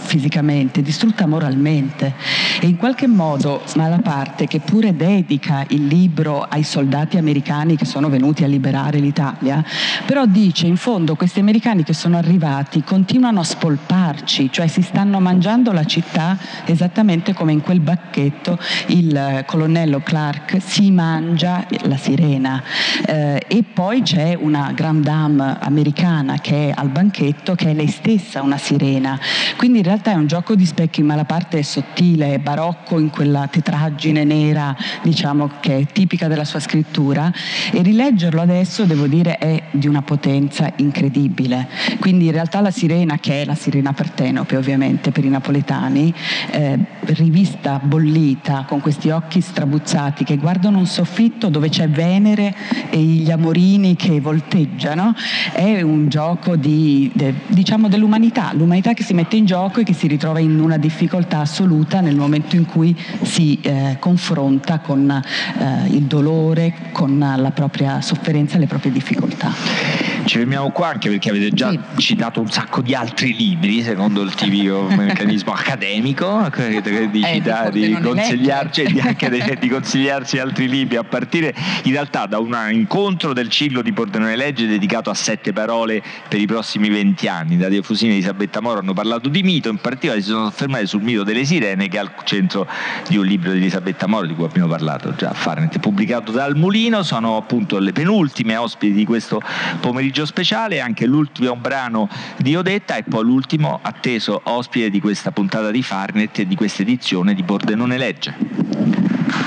fisicamente, distrutta moralmente. E in qualche modo Malaparte, che pure dedica il libro ai soldati americani che sono venuti a liberare l'Italia, però dice in fondo questi americani che sono arrivati continuano a spolparci, cioè si stanno mangiando la città esattamente come in quel bacchetto il colonnello Clark si mangia la sirena. Eh, e poi c'è una grande dame americana che è al banchetto, che è lei stessa una sirena. Quindi in realtà è un gioco di specchi. Malaparte è sottile, è barocco in quella tetraggine nera, diciamo, che è tipica della sua scrittura, e rileggerlo adesso, devo dire, è di una potenza incredibile. Quindi in realtà la sirena, che è la sirena Partenope ovviamente per i napoletani, eh, rivista bollita con questi occhi strabuzzati che guardano un soffitto dove c'è Venere e gli amorini che volteggiano, è un gioco di, de, diciamo dell'umanità, l'umanità che si mette in gioco e che si ritrova in una difficoltà assoluta nel momento in cui si eh, confronta con eh, il dolore, con la propria sofferenza e le proprie difficoltà. Ci fermiamo qua anche perché avete già sì. citato un sacco di altri libri secondo il tipico meccanismo accademico di, eh, citare, di consigliarci e di, anche di, di consigliarci altri libri, a partire in realtà da un incontro del ciclo di Pordenone Legge dedicato a Sette parole per i prossimi venti anni. Nadia Fusini e Elisabetta Moro hanno parlato di mito, in particolare si sono soffermati sul mito delle sirene, che è al centro di un libro di Elisabetta Moro di cui abbiamo parlato già, Fahrenheit, pubblicato dal Mulino. Sono appunto le penultime ospiti di questo pomeriggio speciale, anche l'ultimo brano di Odetta e poi l'ultimo atteso ospite di questa puntata di Fahrenheit e di questa edizione di Pordenone Legge.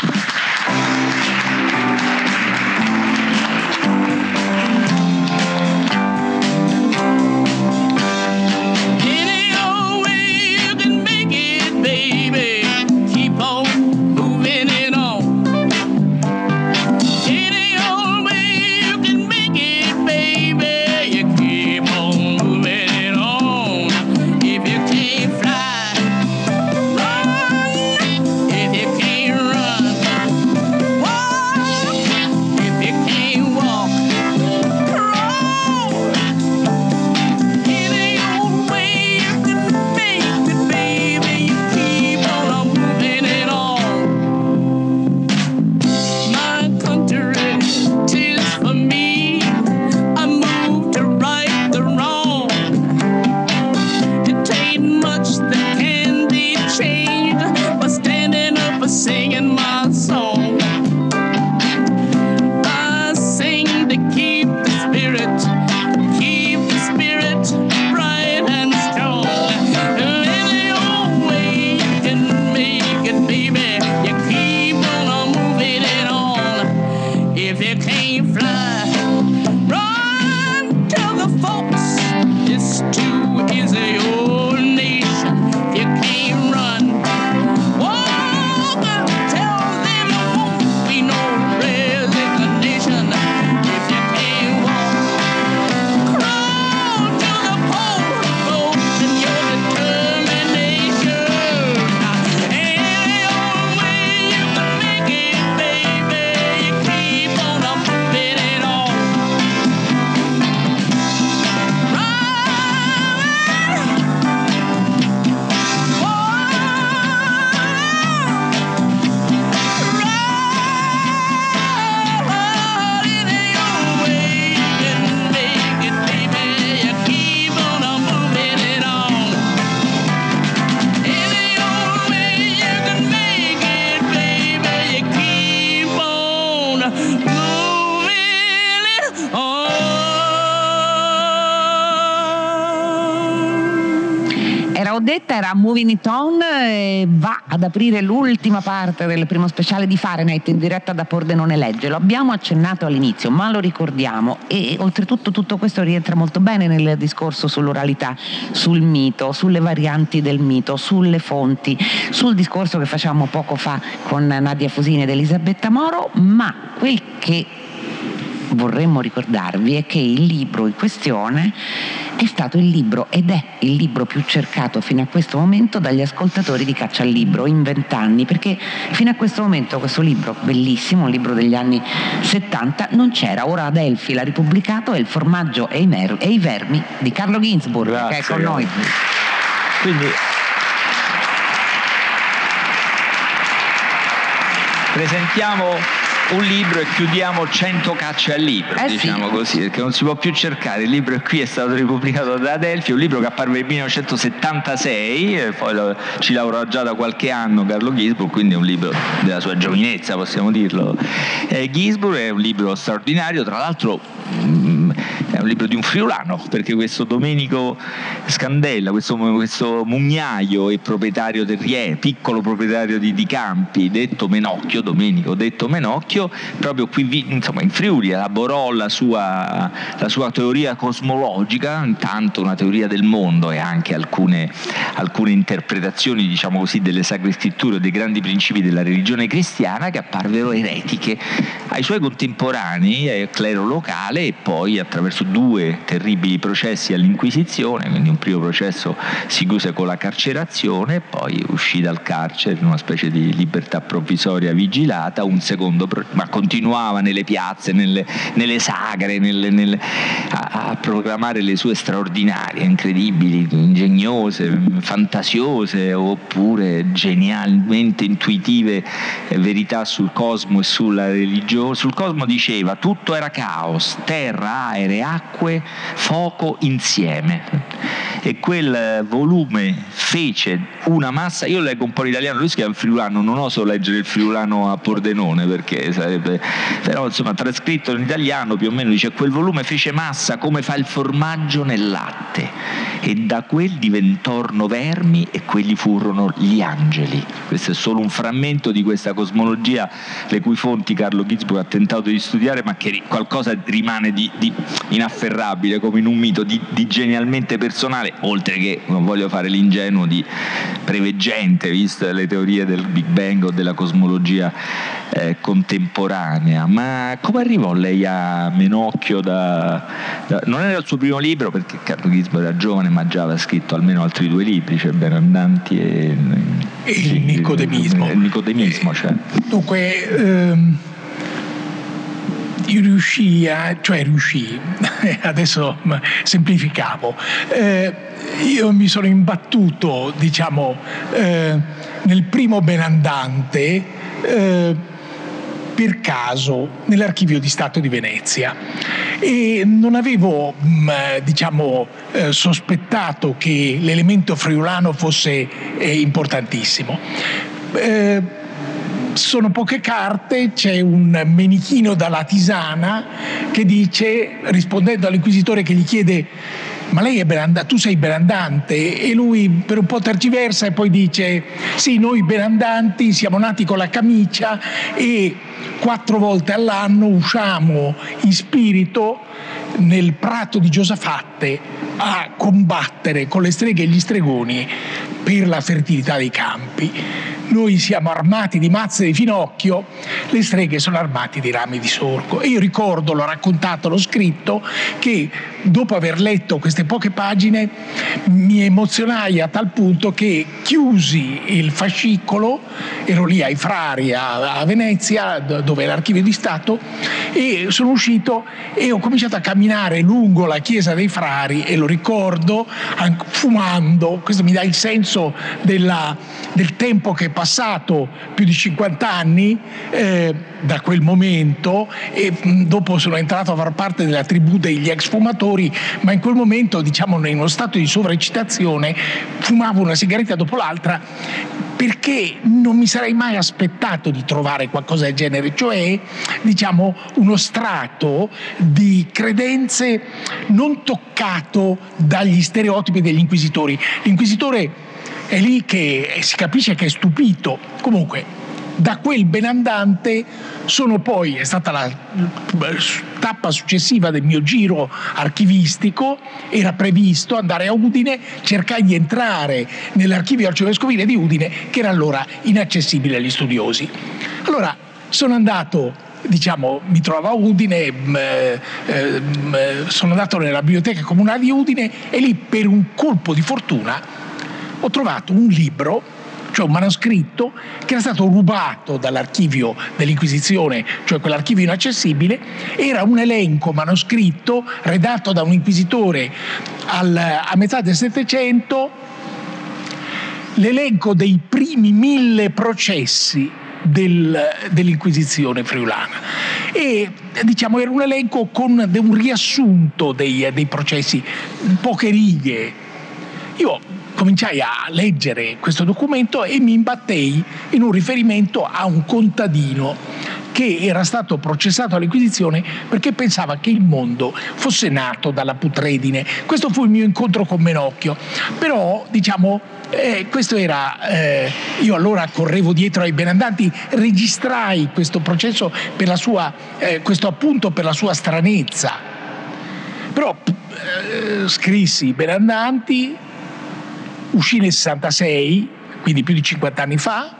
Odetta era Moving It On, e va ad aprire l'ultima parte del primo speciale di Fahrenheit in diretta da Pordenone Legge. Lo abbiamo accennato all'inizio, ma lo ricordiamo, e oltretutto tutto questo rientra molto bene nel discorso sull'oralità, sul mito, sulle varianti del mito, sulle fonti, sul discorso che facevamo poco fa con Nadia Fusini ed Elisabetta Moro. Ma quel che vorremmo ricordarvi è che il libro in questione è stato il libro ed è il libro più cercato fino a questo momento dagli ascoltatori di Caccia al Libro in vent'anni, perché fino a questo momento questo libro bellissimo, un libro degli anni settanta, non c'era. Ora Adelphi l'ha ripubblicato, è Il formaggio e i, mer- e i vermi di Carlo Ginzburg. Grazie, che è con noi. Quindi presentiamo un libro e chiudiamo cento cacce al libro, eh diciamo sì. così, perché non si può più cercare. Il libro è qui, è stato ripubblicato da Adelphi, è un libro che apparve nel millenovecentosettantasei e poi lo, ci lavora già da qualche anno Carlo Gisbur, quindi è un libro della sua giovinezza, possiamo dirlo. Eh, Gisbur è un libro straordinario, tra l'altro mh, è un libro di un friulano, perché questo Domenico Scandella, questo, questo mugnaio e proprietario terriero, piccolo proprietario di, di campi, detto Menocchio, Domenico detto Menocchio, proprio qui insomma in Friuli elaborò la sua, la sua teoria cosmologica, intanto una teoria del mondo e anche alcune, alcune interpretazioni, diciamo così, delle sacre scritture, dei grandi principi della religione cristiana, che apparvero eretiche ai suoi contemporanei, al clero locale, e poi attraverso due terribili processi all'Inquisizione, quindi un primo processo si chiuse con la carcerazione, poi uscì dal carcere in una specie di libertà provvisoria vigilata, un secondo processo, ma continuava nelle piazze, nelle, nelle sagre, nelle, nelle, a, a proclamare le sue straordinarie, incredibili, ingegnose, fantasiose oppure genialmente intuitive verità sul cosmo e sulla religione. Sul cosmo diceva: tutto era caos, terra, aere, acque, fuoco insieme. E quel volume fece una massa. Io leggo un po' l'italiano, lui si chiama friulano, non oso leggere il friulano a Pordenone perché sarebbe, però insomma trascritto in italiano più o meno dice: quel volume fece massa come fa il formaggio nel latte, e da quel diventorono vermi e quelli furono gli angeli. Questo è solo un frammento di questa cosmologia le cui fonti Carlo Gisbur ha tentato di studiare, ma che qualcosa rimane di, di inafferrabile, come in un mito di, di genialmente personale, oltre che, non voglio fare l'ingenuo, di preveggente, viste le teorie del Big Bang o della cosmologia eh, contemporanea. Ma come arrivò lei a Menocchio? Da, da, non era il suo primo libro, perché Carlo Gisbur era giovane, ma già aveva scritto almeno altri due libri, cioè Benandanti e, e il Nicodemismo. Il Nicodemismo, cioè. Dunque, ehm, io riuscii a, cioè riuscii, adesso semplificavo, eh, io mi sono imbattuto, diciamo, eh, nel primo Benandante eh, per caso nell'Archivio di Stato di Venezia, e non avevo mh, diciamo eh, sospettato che l'elemento friulano fosse eh, importantissimo. Eh, sono poche carte, c'è un menichino dalla Tisana che dice, rispondendo all'inquisitore che gli chiede: ma lei è benandante, tu sei benandante? E lui per un po' tergiversa e poi dice: sì, noi benandanti siamo nati con la camicia e quattro volte all'anno usciamo in spirito nel prato di Giosafatte a combattere con le streghe e gli stregoni per la fertilità dei campi. Noi siamo armati di mazze di finocchio, le streghe sono armati di rami di sorgo. E io ricordo, l'ho raccontato, l'ho scritto, che dopo aver letto queste poche pagine mi emozionai a tal punto che chiusi il fascicolo, ero lì ai Frari a, a Venezia, dove è l'Archivio di Stato, e sono uscito e ho cominciato a camminare lungo la chiesa dei Frari, e lo ricordo fumando. Questo mi dà il senso della, del tempo che è passato, più di cinquanta anni eh, da quel momento, e mh, dopo sono entrato a far parte della tribù degli ex fumatori, ma in quel momento, diciamo, in uno stato di sovraeccitazione, fumavo una sigaretta dopo l'altra, perché non mi sarei mai aspettato di trovare qualcosa del genere, cioè, diciamo, uno strato di credenze non toccato dagli stereotipi degli inquisitori. L'inquisitore è lì che si capisce che è stupito. Comunque, da quel Benandante sono poi, è stata la tappa successiva del mio giro archivistico, era previsto andare a Udine, cercai di entrare nell'archivio arcivescovile di Udine, che era allora inaccessibile agli studiosi. Allora sono andato, diciamo, mi trovavo a Udine, eh, eh, sono andato nella biblioteca comunale di Udine, e lì, per un colpo di fortuna, ho trovato un libro, cioè un manoscritto, che era stato rubato dall'archivio dell'Inquisizione, cioè quell'archivio inaccessibile. Era un elenco manoscritto redatto da un inquisitore al, a metà del Settecento, l'elenco dei primi mille processi del, dell'Inquisizione friulana. E diciamo era un elenco con un riassunto dei, dei processi, poche righe. Io cominciai a leggere questo documento e mi imbattei in un riferimento a un contadino che era stato processato all'Inquisizione perché pensava che il mondo fosse nato dalla putredine. Questo fu il mio incontro con Menocchio. Però, diciamo, eh, questo era, eh, io allora correvo dietro ai benandanti, registrai questo processo per la sua, eh, questo appunto per la sua stranezza. Però eh, scrissi i benandanti, uscì nel sessantasei, quindi più di cinquanta anni fa.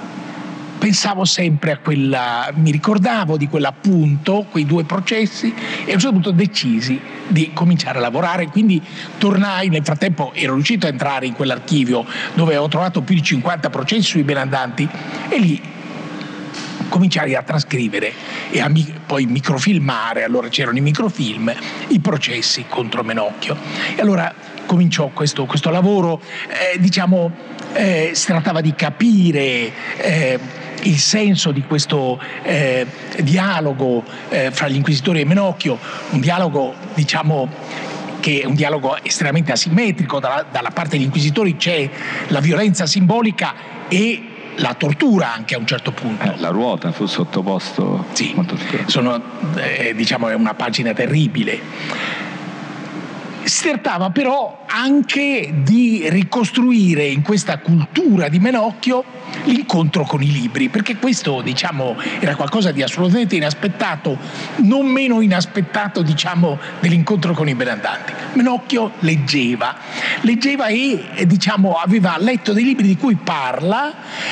Pensavo sempre a quella, mi ricordavo di quell'appunto, quei due processi, e a un certo punto decisi di cominciare a lavorare. Quindi tornai, nel frattempo ero riuscito a entrare in quell'archivio dove ho trovato più di cinquanta processi sui benandanti, e lì cominciai a trascrivere e a mi, poi microfilmare, allora c'erano i microfilm, i processi contro Menocchio. E allora cominciò questo, questo lavoro, eh, diciamo, eh, si trattava di capire eh, il senso di questo eh, dialogo eh, fra gli inquisitori e Menocchio, un dialogo, diciamo, che è un dialogo estremamente asimmetrico. Dalla, dalla parte degli inquisitori c'è la violenza simbolica e la tortura anche a un certo punto. Eh, la ruota fu sottoposto. Sì, sono, eh, diciamo, è una pagina terribile. Si trattava però anche di ricostruire in questa cultura di Menocchio l'incontro con i libri, perché questo, diciamo, era qualcosa di assolutamente inaspettato, non meno inaspettato, diciamo, dell'incontro con i benandanti. Menocchio leggeva, leggeva e, diciamo, aveva letto dei libri di cui parla,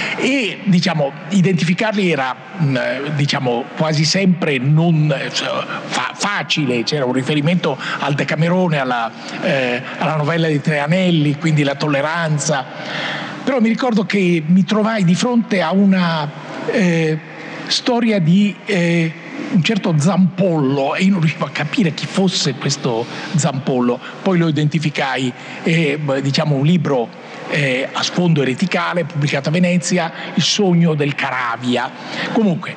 e, diciamo, identificarli era, diciamo, quasi sempre non fa, facile. C'era un riferimento al Decamerone, alla, eh, alla novella di Tre Anelli, quindi la tolleranza. Però mi ricordo che mi trovai di fronte a una eh, storia di eh, un certo Zampollo, e io non riuscivo a capire chi fosse questo Zampollo. Poi lo identificai, eh, diciamo, un libro eh, a sfondo ereticale pubblicato a Venezia, Il sogno del Caravia. Comunque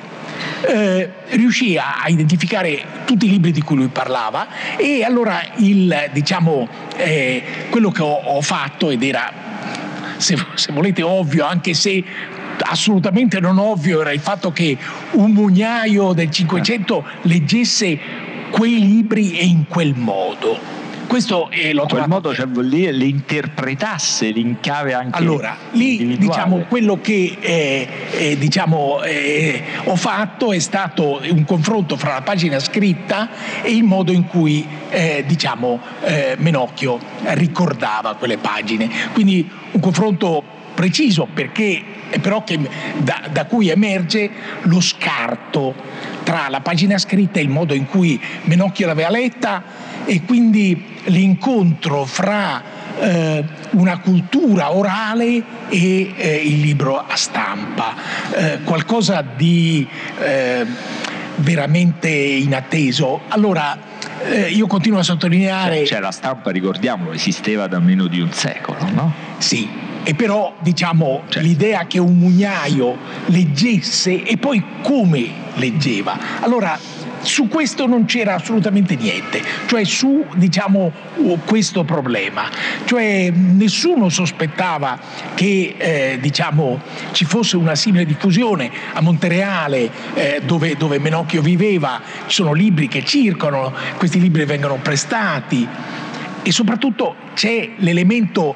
Eh, riuscì a, a identificare tutti i libri di cui lui parlava, e allora il, diciamo, eh, quello che ho, ho fatto, ed era, se, se volete, ovvio, anche se assolutamente non ovvio, era il fatto che un mugnaio del Cinquecento leggesse quei libri e in quel modo. Questo eh, l'ho in quel trovato. modo, cioè, vuol dire le interpretasse, l'incave anche. Allora, lì, diciamo, quello che eh, eh, diciamo, eh, ho fatto è stato un confronto fra la pagina scritta e il modo in cui eh, diciamo, eh, Menocchio ricordava quelle pagine. Quindi un confronto preciso, perché però che, da, da cui emerge lo scarto tra la pagina scritta e il modo in cui Menocchio l'aveva letta, e quindi l'incontro fra eh, una cultura orale e eh, il libro a stampa, eh, qualcosa di eh, veramente inatteso. Allora eh, io continuo a sottolineare, cioè, cioè la stampa, ricordiamolo, esisteva da meno di un secolo, no? Sì, e però, diciamo, cioè, l'idea che un mugnaio leggesse, e poi come leggeva, allora su questo non c'era assolutamente niente, cioè su, diciamo, questo problema, cioè nessuno sospettava che eh, diciamo, ci fosse una simile diffusione. A Montereale, eh, dove, dove Menocchio viveva, ci sono libri che circolano, questi libri vengono prestati, e soprattutto c'è l'elemento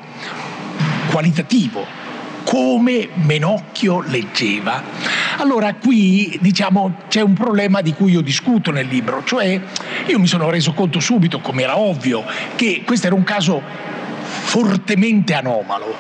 qualitativo, come Menocchio leggeva. Allora qui, diciamo, c'è un problema di cui io discuto nel libro, cioè io mi sono reso conto subito, come era ovvio, che questo era un caso fortemente anomalo,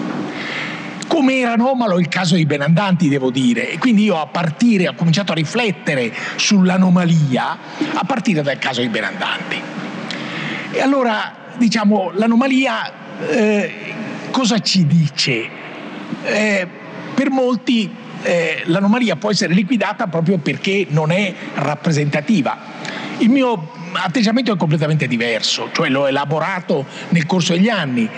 come era anomalo il caso dei benandanti, devo dire, e quindi io a partire ho cominciato a riflettere sull'anomalia a partire dal caso dei benandanti. E allora, diciamo, l'anomalia eh, cosa ci dice? Eh, per molti eh, l'anomalia può essere liquidata proprio perché non è rappresentativa. Il mio atteggiamento è completamente diverso, cioè l'ho elaborato nel corso degli anni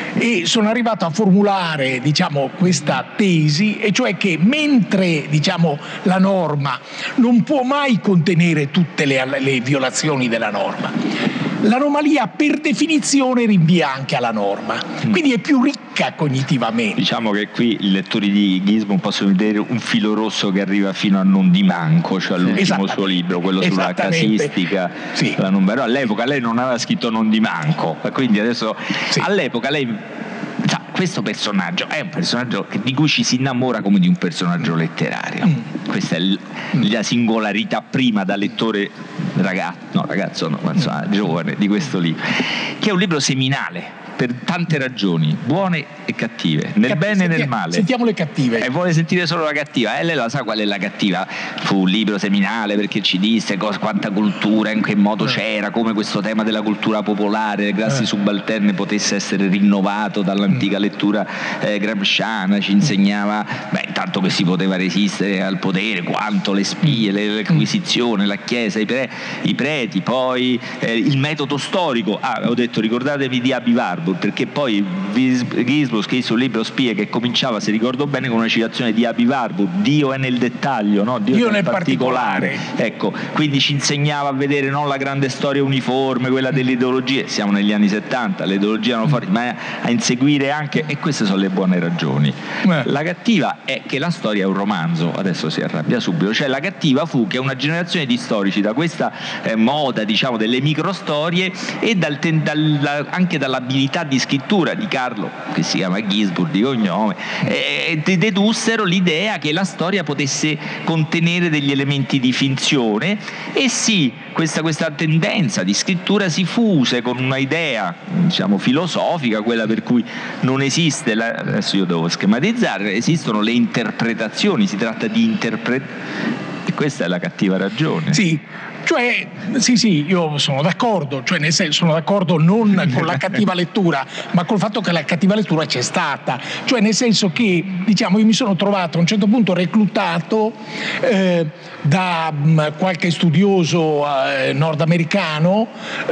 e sono arrivato a formulare, diciamo, questa tesi, e cioè che mentre, diciamo, la norma non può mai contenere tutte le, le violazioni della norma, l'anomalia per definizione rinvia anche alla norma, quindi è più ricca cognitivamente. Diciamo che qui i lettori di Ginsburg possono vedere un filo rosso che arriva fino a Non di Manco, cioè all'ultimo suo libro, quello sulla casistica. Sì. La non... Però all'epoca lei non aveva scritto Non di Manco, quindi adesso sì. All'epoca lei... Questo personaggio è un personaggio di cui ci si innamora come di un personaggio letterario. Mm. Questa è l- la singolarità prima da lettore ragazzo, no ragazzo no, insomma, giovane di questo libro, che è un libro seminale per tante ragioni, buone e cattive, nel Catti- bene e nel male. Sentiamo le cattive. E vuole sentire solo la cattiva, e lei la sa qual è la cattiva. Fu un libro seminale perché ci disse cosa, quanta cultura, in che modo c'era, come questo tema della cultura popolare, le classi subalterne potesse essere rinnovato dall'antica lettura eh, gramsciana. Ci insegnava, beh, intanto che si poteva resistere al potere, quanto le spie, l'inquisizione, la chiesa, i, pre, i preti, poi eh, il metodo storico. Ah, ho detto, ricordatevi di Abi Warburg, perché poi Ginsburg scrisse un libro Spie che cominciava, se ricordo bene, con una citazione di Abi Warburg: Dio è nel dettaglio, no? Dio, Dio nel, nel particolare. particolare. Ecco, quindi ci insegnava a vedere non la grande storia uniforme, quella delle ideologie, siamo negli anni settanta, le ideologie erano forti, ma a inseguire anche, e queste sono le buone ragioni. La cattiva è che la storia è un romanzo, adesso si arrabbia subito, cioè la cattiva fu che una generazione di storici, da questa eh, moda, diciamo, delle microstorie e dal, dal, anche dall'abilità di scrittura di Carlo, che si chiama Ginsburg di cognome, eh, dedussero l'idea che la storia potesse contenere degli elementi di finzione, e sì, questa, questa tendenza di scrittura si fuse con una idea, diciamo, filosofica, quella per cui non esiste, la, adesso io devo schematizzare, esistono le interpretazioni, si tratta di interpretare, e questa è la cattiva ragione. Sì. Cioè, sì, sì, io sono d'accordo, cioè nel senso, sono d'accordo non con la cattiva lettura, ma col fatto che la cattiva lettura c'è stata, cioè nel senso che, diciamo, io mi sono trovato a un certo punto reclutato eh, da mh, qualche studioso eh, nordamericano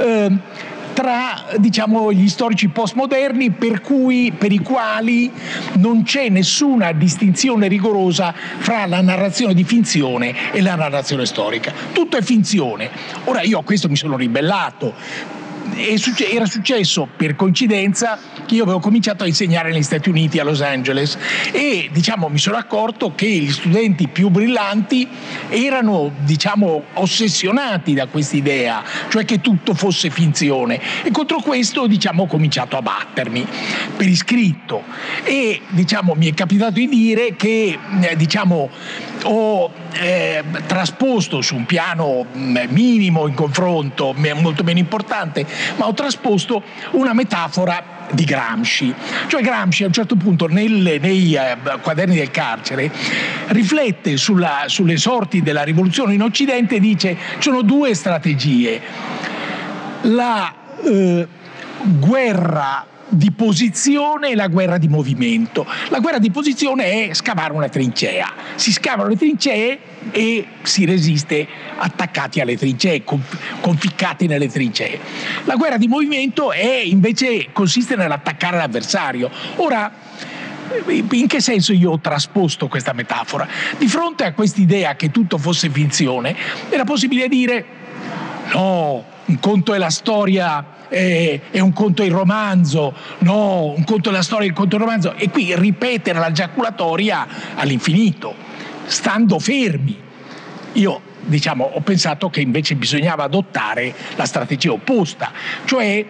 eh, tra, diciamo, gli storici postmoderni, per cui, per i quali non c'è nessuna distinzione rigorosa fra la narrazione di finzione e la narrazione storica. Tutto è finzione. Ora io a questo mi sono ribellato. Era successo per coincidenza che io avevo cominciato a insegnare negli Stati Uniti, a Los Angeles, e, diciamo, mi sono accorto che gli studenti più brillanti erano, diciamo, ossessionati da questa idea, cioè che tutto fosse finzione, e contro questo, diciamo, ho cominciato a battermi per iscritto, e, diciamo, mi è capitato di dire che eh, diciamo ho eh, trasposto su un piano minimo in confronto, molto meno importante, ma ho trasposto una metafora di Gramsci. Cioè Gramsci a un certo punto nelle, nei eh, quaderni del carcere riflette sulla, sulle sorti della rivoluzione in Occidente e dice: ci sono due strategie, la eh, guerra di posizione e la guerra di movimento. La guerra di posizione è scavare una trincea, si scavano le trincee e si resiste attaccati alle trincee, conficcati nelle trincee. La guerra di movimento è invece consiste nell'attaccare l'avversario. Ora, in che senso io ho trasposto questa metafora? Di fronte a quest'idea che tutto fosse finzione, era possibile dire: no, un conto è la storia e un conto è il romanzo, no, un conto è la storia e un conto è il romanzo, e qui ripetere la giaculatoria all'infinito, stando fermi. Io, diciamo, ho pensato che invece bisognava adottare la strategia opposta, cioè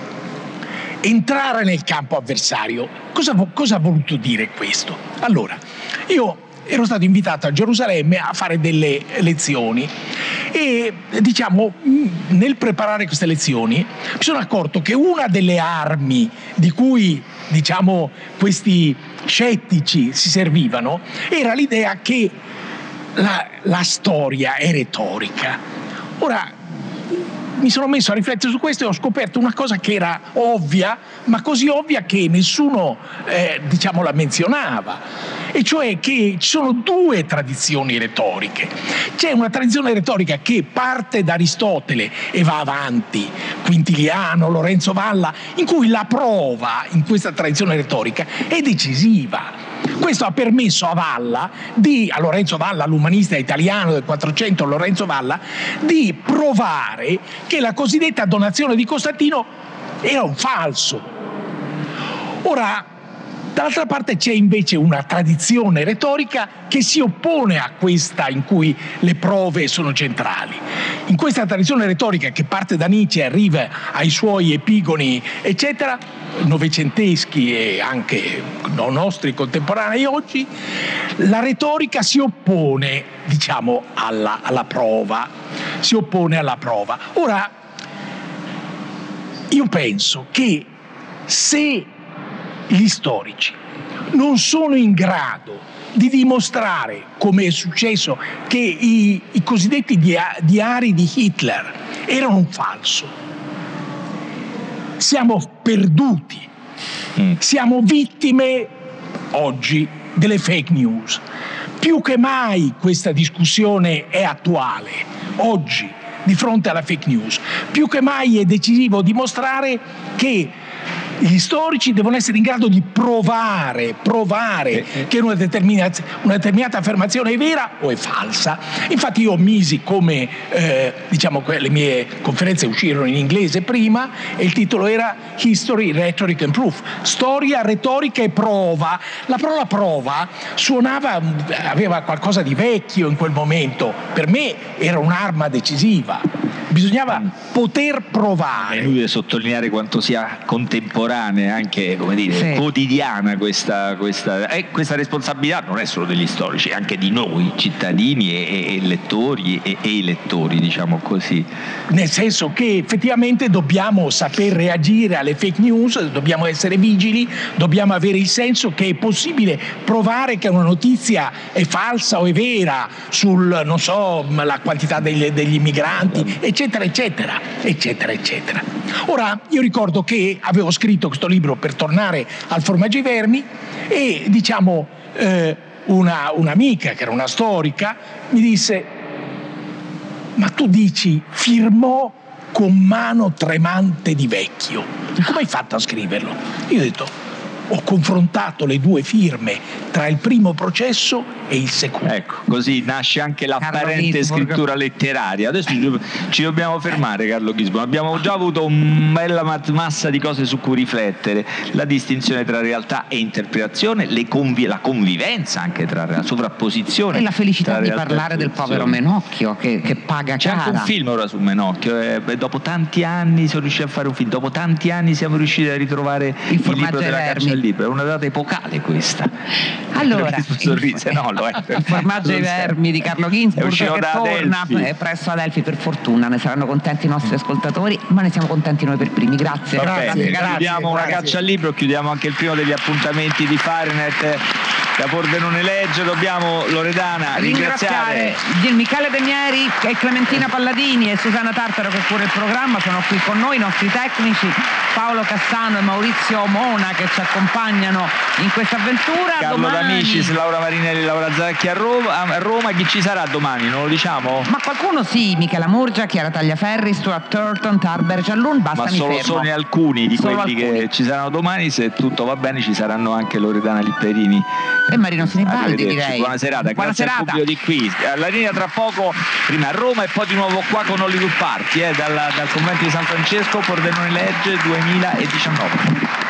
entrare nel campo avversario. Cosa, cosa ha voluto dire questo? Allora, io ero stato invitato a Gerusalemme a fare delle lezioni e, diciamo, nel preparare queste lezioni mi sono accorto che una delle armi di cui, diciamo, questi scettici si servivano era l'idea che la, la storia è retorica. Ora, mi sono messo a riflettere su questo e ho scoperto una cosa che era ovvia, ma così ovvia che nessuno eh, diciamo la menzionava, e cioè che ci sono due tradizioni retoriche. C'è una tradizione retorica che parte da Aristotele e va avanti, Quintiliano, Lorenzo Valla, in cui la prova in questa tradizione retorica è decisiva. Questo ha permesso a Valla, di, a Lorenzo Valla, l'umanista italiano del Quattrocento, Lorenzo Valla, di provare che la cosiddetta donazione di Costantino era un falso. Ora, dall'altra parte c'è invece una tradizione retorica che si oppone a questa in cui le prove sono centrali. In questa tradizione retorica che parte da Nietzsche e arriva ai suoi epigoni, eccetera, novecenteschi e anche no, nostri contemporanei oggi, la retorica si oppone, diciamo, alla, alla prova, si oppone alla prova. Ora, io penso che se gli storici non sono in grado di dimostrare, come è successo, che i, i cosiddetti dia- diari di Hitler erano un falso, siamo perduti, mm. siamo vittime oggi delle fake news. Più che mai questa discussione è attuale, oggi, di fronte alla fake news. Più che mai è decisivo dimostrare che gli storici devono essere in grado di provare, provare eh, eh. che una determinata, una determinata affermazione è vera o è falsa. Infatti io misi come, eh, diciamo, le mie conferenze uscirono in inglese prima e il titolo era History, Rhetoric and Proof, storia, retorica e prova. La parola prova suonava, aveva qualcosa di vecchio in quel momento, per me era un'arma decisiva. Bisognava poter provare. È inutile sottolineare quanto sia contemporanea, anche come dire, sì. quotidiana questa, questa, eh, questa responsabilità non è solo degli storici, è anche di noi cittadini e, e lettori e, e i lettori, diciamo così. Nel senso che effettivamente dobbiamo saper reagire alle fake news, dobbiamo essere vigili, dobbiamo avere il senso che è possibile provare che una notizia è falsa o è vera sul, non so, la quantità degli, degli immigranti, eccetera, eccetera, eccetera, eccetera. Ora, io ricordo che avevo scritto questo libro per tornare al Formaggio ai Vermi e, diciamo, eh, una, un'amica, che era una storica, mi disse: ma tu dici firmò con mano tremante di vecchio, come hai fatto a scriverlo? Io ho detto: ho confrontato le due firme tra il primo processo e il secondo. Ecco, così nasce anche l'apparente scrittura letteraria. Adesso ci dobbiamo fermare, Carlo Gisborne. Abbiamo già avuto una bella massa di cose su cui riflettere: la distinzione tra realtà e interpretazione, le convi- la convivenza anche tra la sovrapposizione e la felicità di parlare del povero Menocchio che, che paga C'è cara. C'è anche un film ora su Menocchio, eh, dopo tanti anni sono riusciti a fare un film, dopo tanti anni siamo riusciti a ritrovare il, il libro della Caccia al libro. È una data epocale questa. Allora, sorrise, no, lo è. Il Formaggio ai Vermi di Carlo Ginzburg che torna Adelphi. presso Adelphi, per fortuna. Ne saranno contenti i nostri ascoltatori, ma ne siamo contenti noi per primi. Grazie. Va grazie, bene, grazie chiudiamo grazie. Una Caccia al libro, chiudiamo anche il primo degli appuntamenti di Fahrenheit da Pordenone Legge. Dobbiamo, Loredana, ringraziare, ringraziare Michele Denieri e Clementina Palladini e Susanna Tartaro che cura il programma, sono qui con noi, i nostri tecnici Paolo Cassano e Maurizio Mona che ci accompagnano in questa avventura. Carlo domani... D'Amicis, Laura Marinelli, Laura Zacchi a Roma, a Roma. Chi ci sarà domani? Non lo diciamo? Ma qualcuno sì, Michela Murgia, Chiara Tagliaferri, Stuart Turton, Tarber Giallun, basta. Ma mi solo fermo. sono alcuni di Solo quelli alcuni. che ci saranno domani. Se tutto va bene ci saranno anche Loredana Lipperini e Marino Sinibaldi, direi. Buona serata, Buona grazie serata. al pubblico di qui. Alla linea tra poco, prima a Roma e poi di nuovo qua con Hollywood Party, eh, dal, dal convento di San Francesco, Pordenone Legge duemiladiciannove.